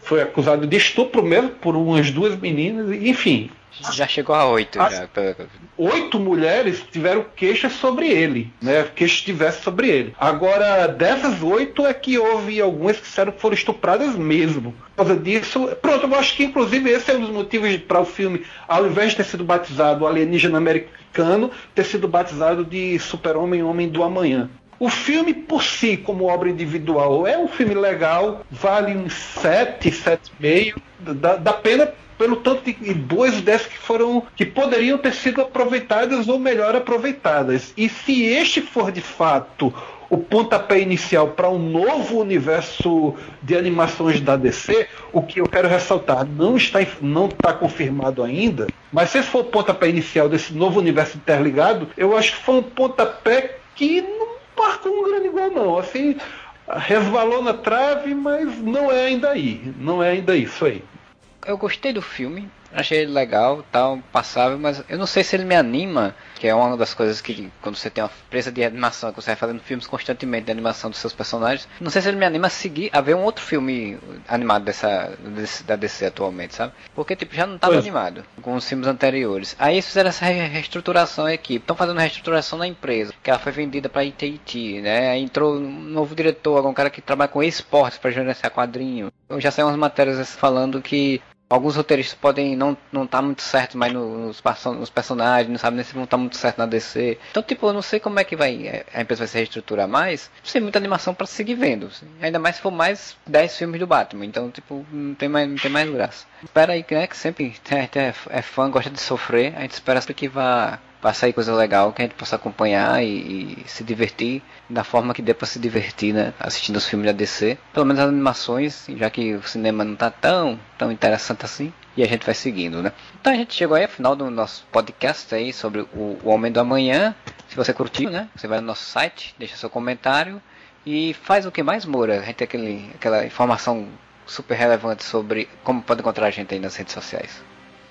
foi acusado de estupro mesmo por umas duas meninas, enfim. Já chegou a oito. As, já. Oito mulheres tiveram queixas sobre ele, né? Queixas diversas sobre ele. Agora, dessas oito é que houve algumas que disseram que foram estupradas mesmo. Por causa disso, pronto, eu acho que inclusive esse é um dos motivos para o filme, ao invés de ter sido batizado Alienígena Americano, ter sido batizado de Super-Homem, Homem do Amanhã. O filme por si, como obra individual, é um filme legal, vale uns sete, sete e cinco, dá, dá pena pelo tanto de boas ideias que foram, que poderiam ter sido aproveitadas ou melhor aproveitadas. E se este for de fato o pontapé inicial para um novo universo de animações da D C, o que eu quero ressaltar, não está, não está confirmado ainda, mas se esse for o pontapé inicial desse novo universo interligado, eu acho que foi um pontapé que não marcou um grande gol não, assim, resvalou na trave, mas não é ainda aí, não é ainda isso aí. Eu gostei do filme, achei ele legal, tal, passável, mas eu não sei se ele me anima, que é uma das coisas que, quando você tem uma empresa de animação, que você vai fazendo filmes constantemente de animação dos seus personagens, não sei se ele me anima a seguir, a ver um outro filme animado dessa, desse, da D C atualmente, sabe? Porque, tipo, já não estava pois. animado com os filmes anteriores. Aí eles fizeram essa reestruturação da equipe, estão fazendo reestruturação na empresa, que ela foi vendida para a A T e T, né? Aí entrou um novo diretor, um cara que trabalha com esportes para gerenciar quadrinho. Eu já saí umas matérias falando que alguns roteiristas podem não não estar tá muito certos mais nos, nos personagens, não sabem nem se vão estar tá muito certos na D C. Então, tipo, eu não sei como é que vai a empresa vai se reestruturar mais. Não tem muita animação para seguir vendo. Assim. Ainda mais se for mais dez filmes do Batman. Então, tipo, não tem mais, não tem mais graça. Espera aí, né, que sempre é, é fã, gosta de sofrer. A gente espera que vá Vai sair coisa legal que a gente possa acompanhar e, e se divertir da forma que dê pra se divertir, né? Assistindo os filmes da D C. Pelo menos as animações, já que o cinema não tá tão, tão interessante assim. E a gente vai seguindo, né? Então a gente chegou aí ao final do nosso podcast aí sobre o, o Homem do Amanhã. Se você curtiu, né? Você vai no nosso site, deixa seu comentário. E faz o que mais, Moura? A gente tem aquele, aquela informação super relevante sobre como pode encontrar a gente aí nas redes sociais.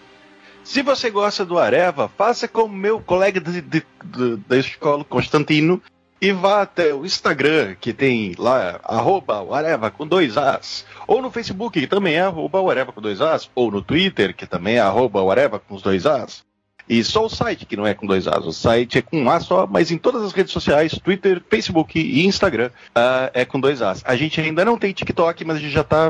Se você gosta do Areva, faça como meu colega de, de, de, da escola, Constantino, e vá até o Instagram, que tem lá, arroba o Areva com dois As, ou no Facebook, que também é arroba o Areva com dois As, ou no Twitter, que também é arroba o Areva com os dois As. E só o site que não é com dois As, o site é com um A só, mas em todas as redes sociais, Twitter, Facebook e Instagram, uh, é com dois As. A gente ainda não tem TikTok, mas a gente já tá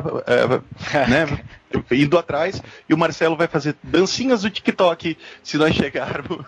uh, né, indo atrás, e o Marcelo vai fazer dancinhas do TikTok. Se nós chegarmos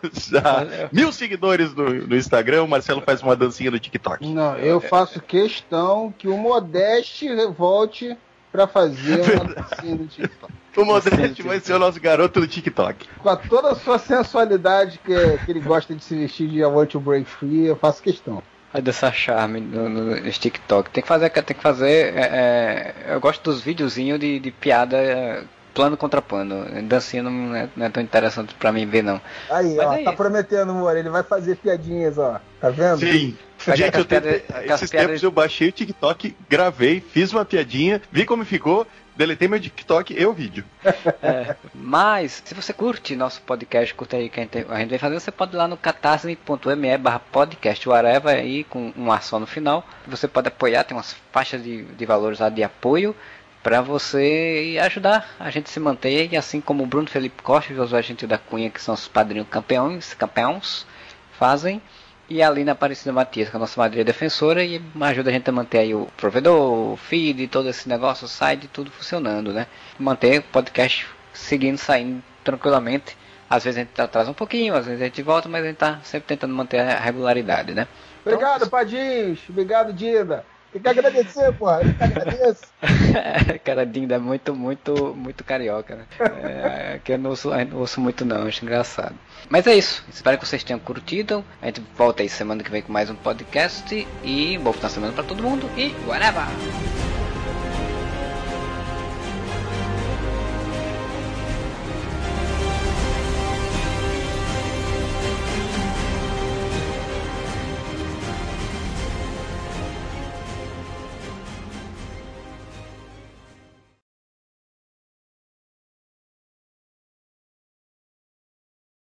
a mil seguidores no, no Instagram, o Marcelo faz uma dancinha do TikTok. Não, eu faço questão que o Modeste volte pra fazer uma dancinha do TikTok. O Modeste vai ser o nosso garoto do TikTok. Com toda a sua sensualidade que, que ele gosta de se vestir de I Want to Break Free, eu faço questão. Vai dançar charme no, no, no TikTok. Tem que fazer, tem que fazer. É, é, eu gosto dos videozinhos de, de piada é, plano contra plano. Dancinha não é, não é tão interessante pra mim ver, não. Aí, Mas ó, é tá isso. prometendo, amor. Ele vai fazer piadinhas, ó. Tá vendo? Sim. Gente, eu tentei, esses piadas... tempos eu baixei o TikTok, gravei, fiz uma piadinha, vi como ficou. Deletei meu TikTok e o vídeo. É, mas, se você curte nosso podcast, curte aí que a gente, a gente vai fazer, você pode ir lá no catarse.me barra podcast, o Areva aí com um A só no final. Você pode apoiar, tem umas faixas de, de valores lá de apoio para você ajudar a gente se manter. E assim como o Bruno Felipe Costa e o Josué Gentil da Cunha, que são os padrinhos campeões, campeões, fazem. E a Lina Aparecida Matias, que é a nossa madrinha defensora, e ajuda a gente a manter aí o provedor, o feed, todo esse negócio, o site, tudo funcionando, né? Manter o podcast seguindo, saindo tranquilamente. Às vezes a gente atrasa um pouquinho, às vezes a gente volta, mas a gente tá sempre tentando manter a regularidade, né? Obrigado, então, Padinhos. Obrigado, Dinda. Tem que agradecer, porra. Eu que agradeço. Cara, Dinda é muito, muito, muito carioca, né? É, que eu não ouço, eu não ouço muito não, acho engraçado. Mas é isso. Espero que vocês tenham curtido. A gente volta aí semana que vem com mais um podcast. E bom final de semana pra todo mundo. E whatever!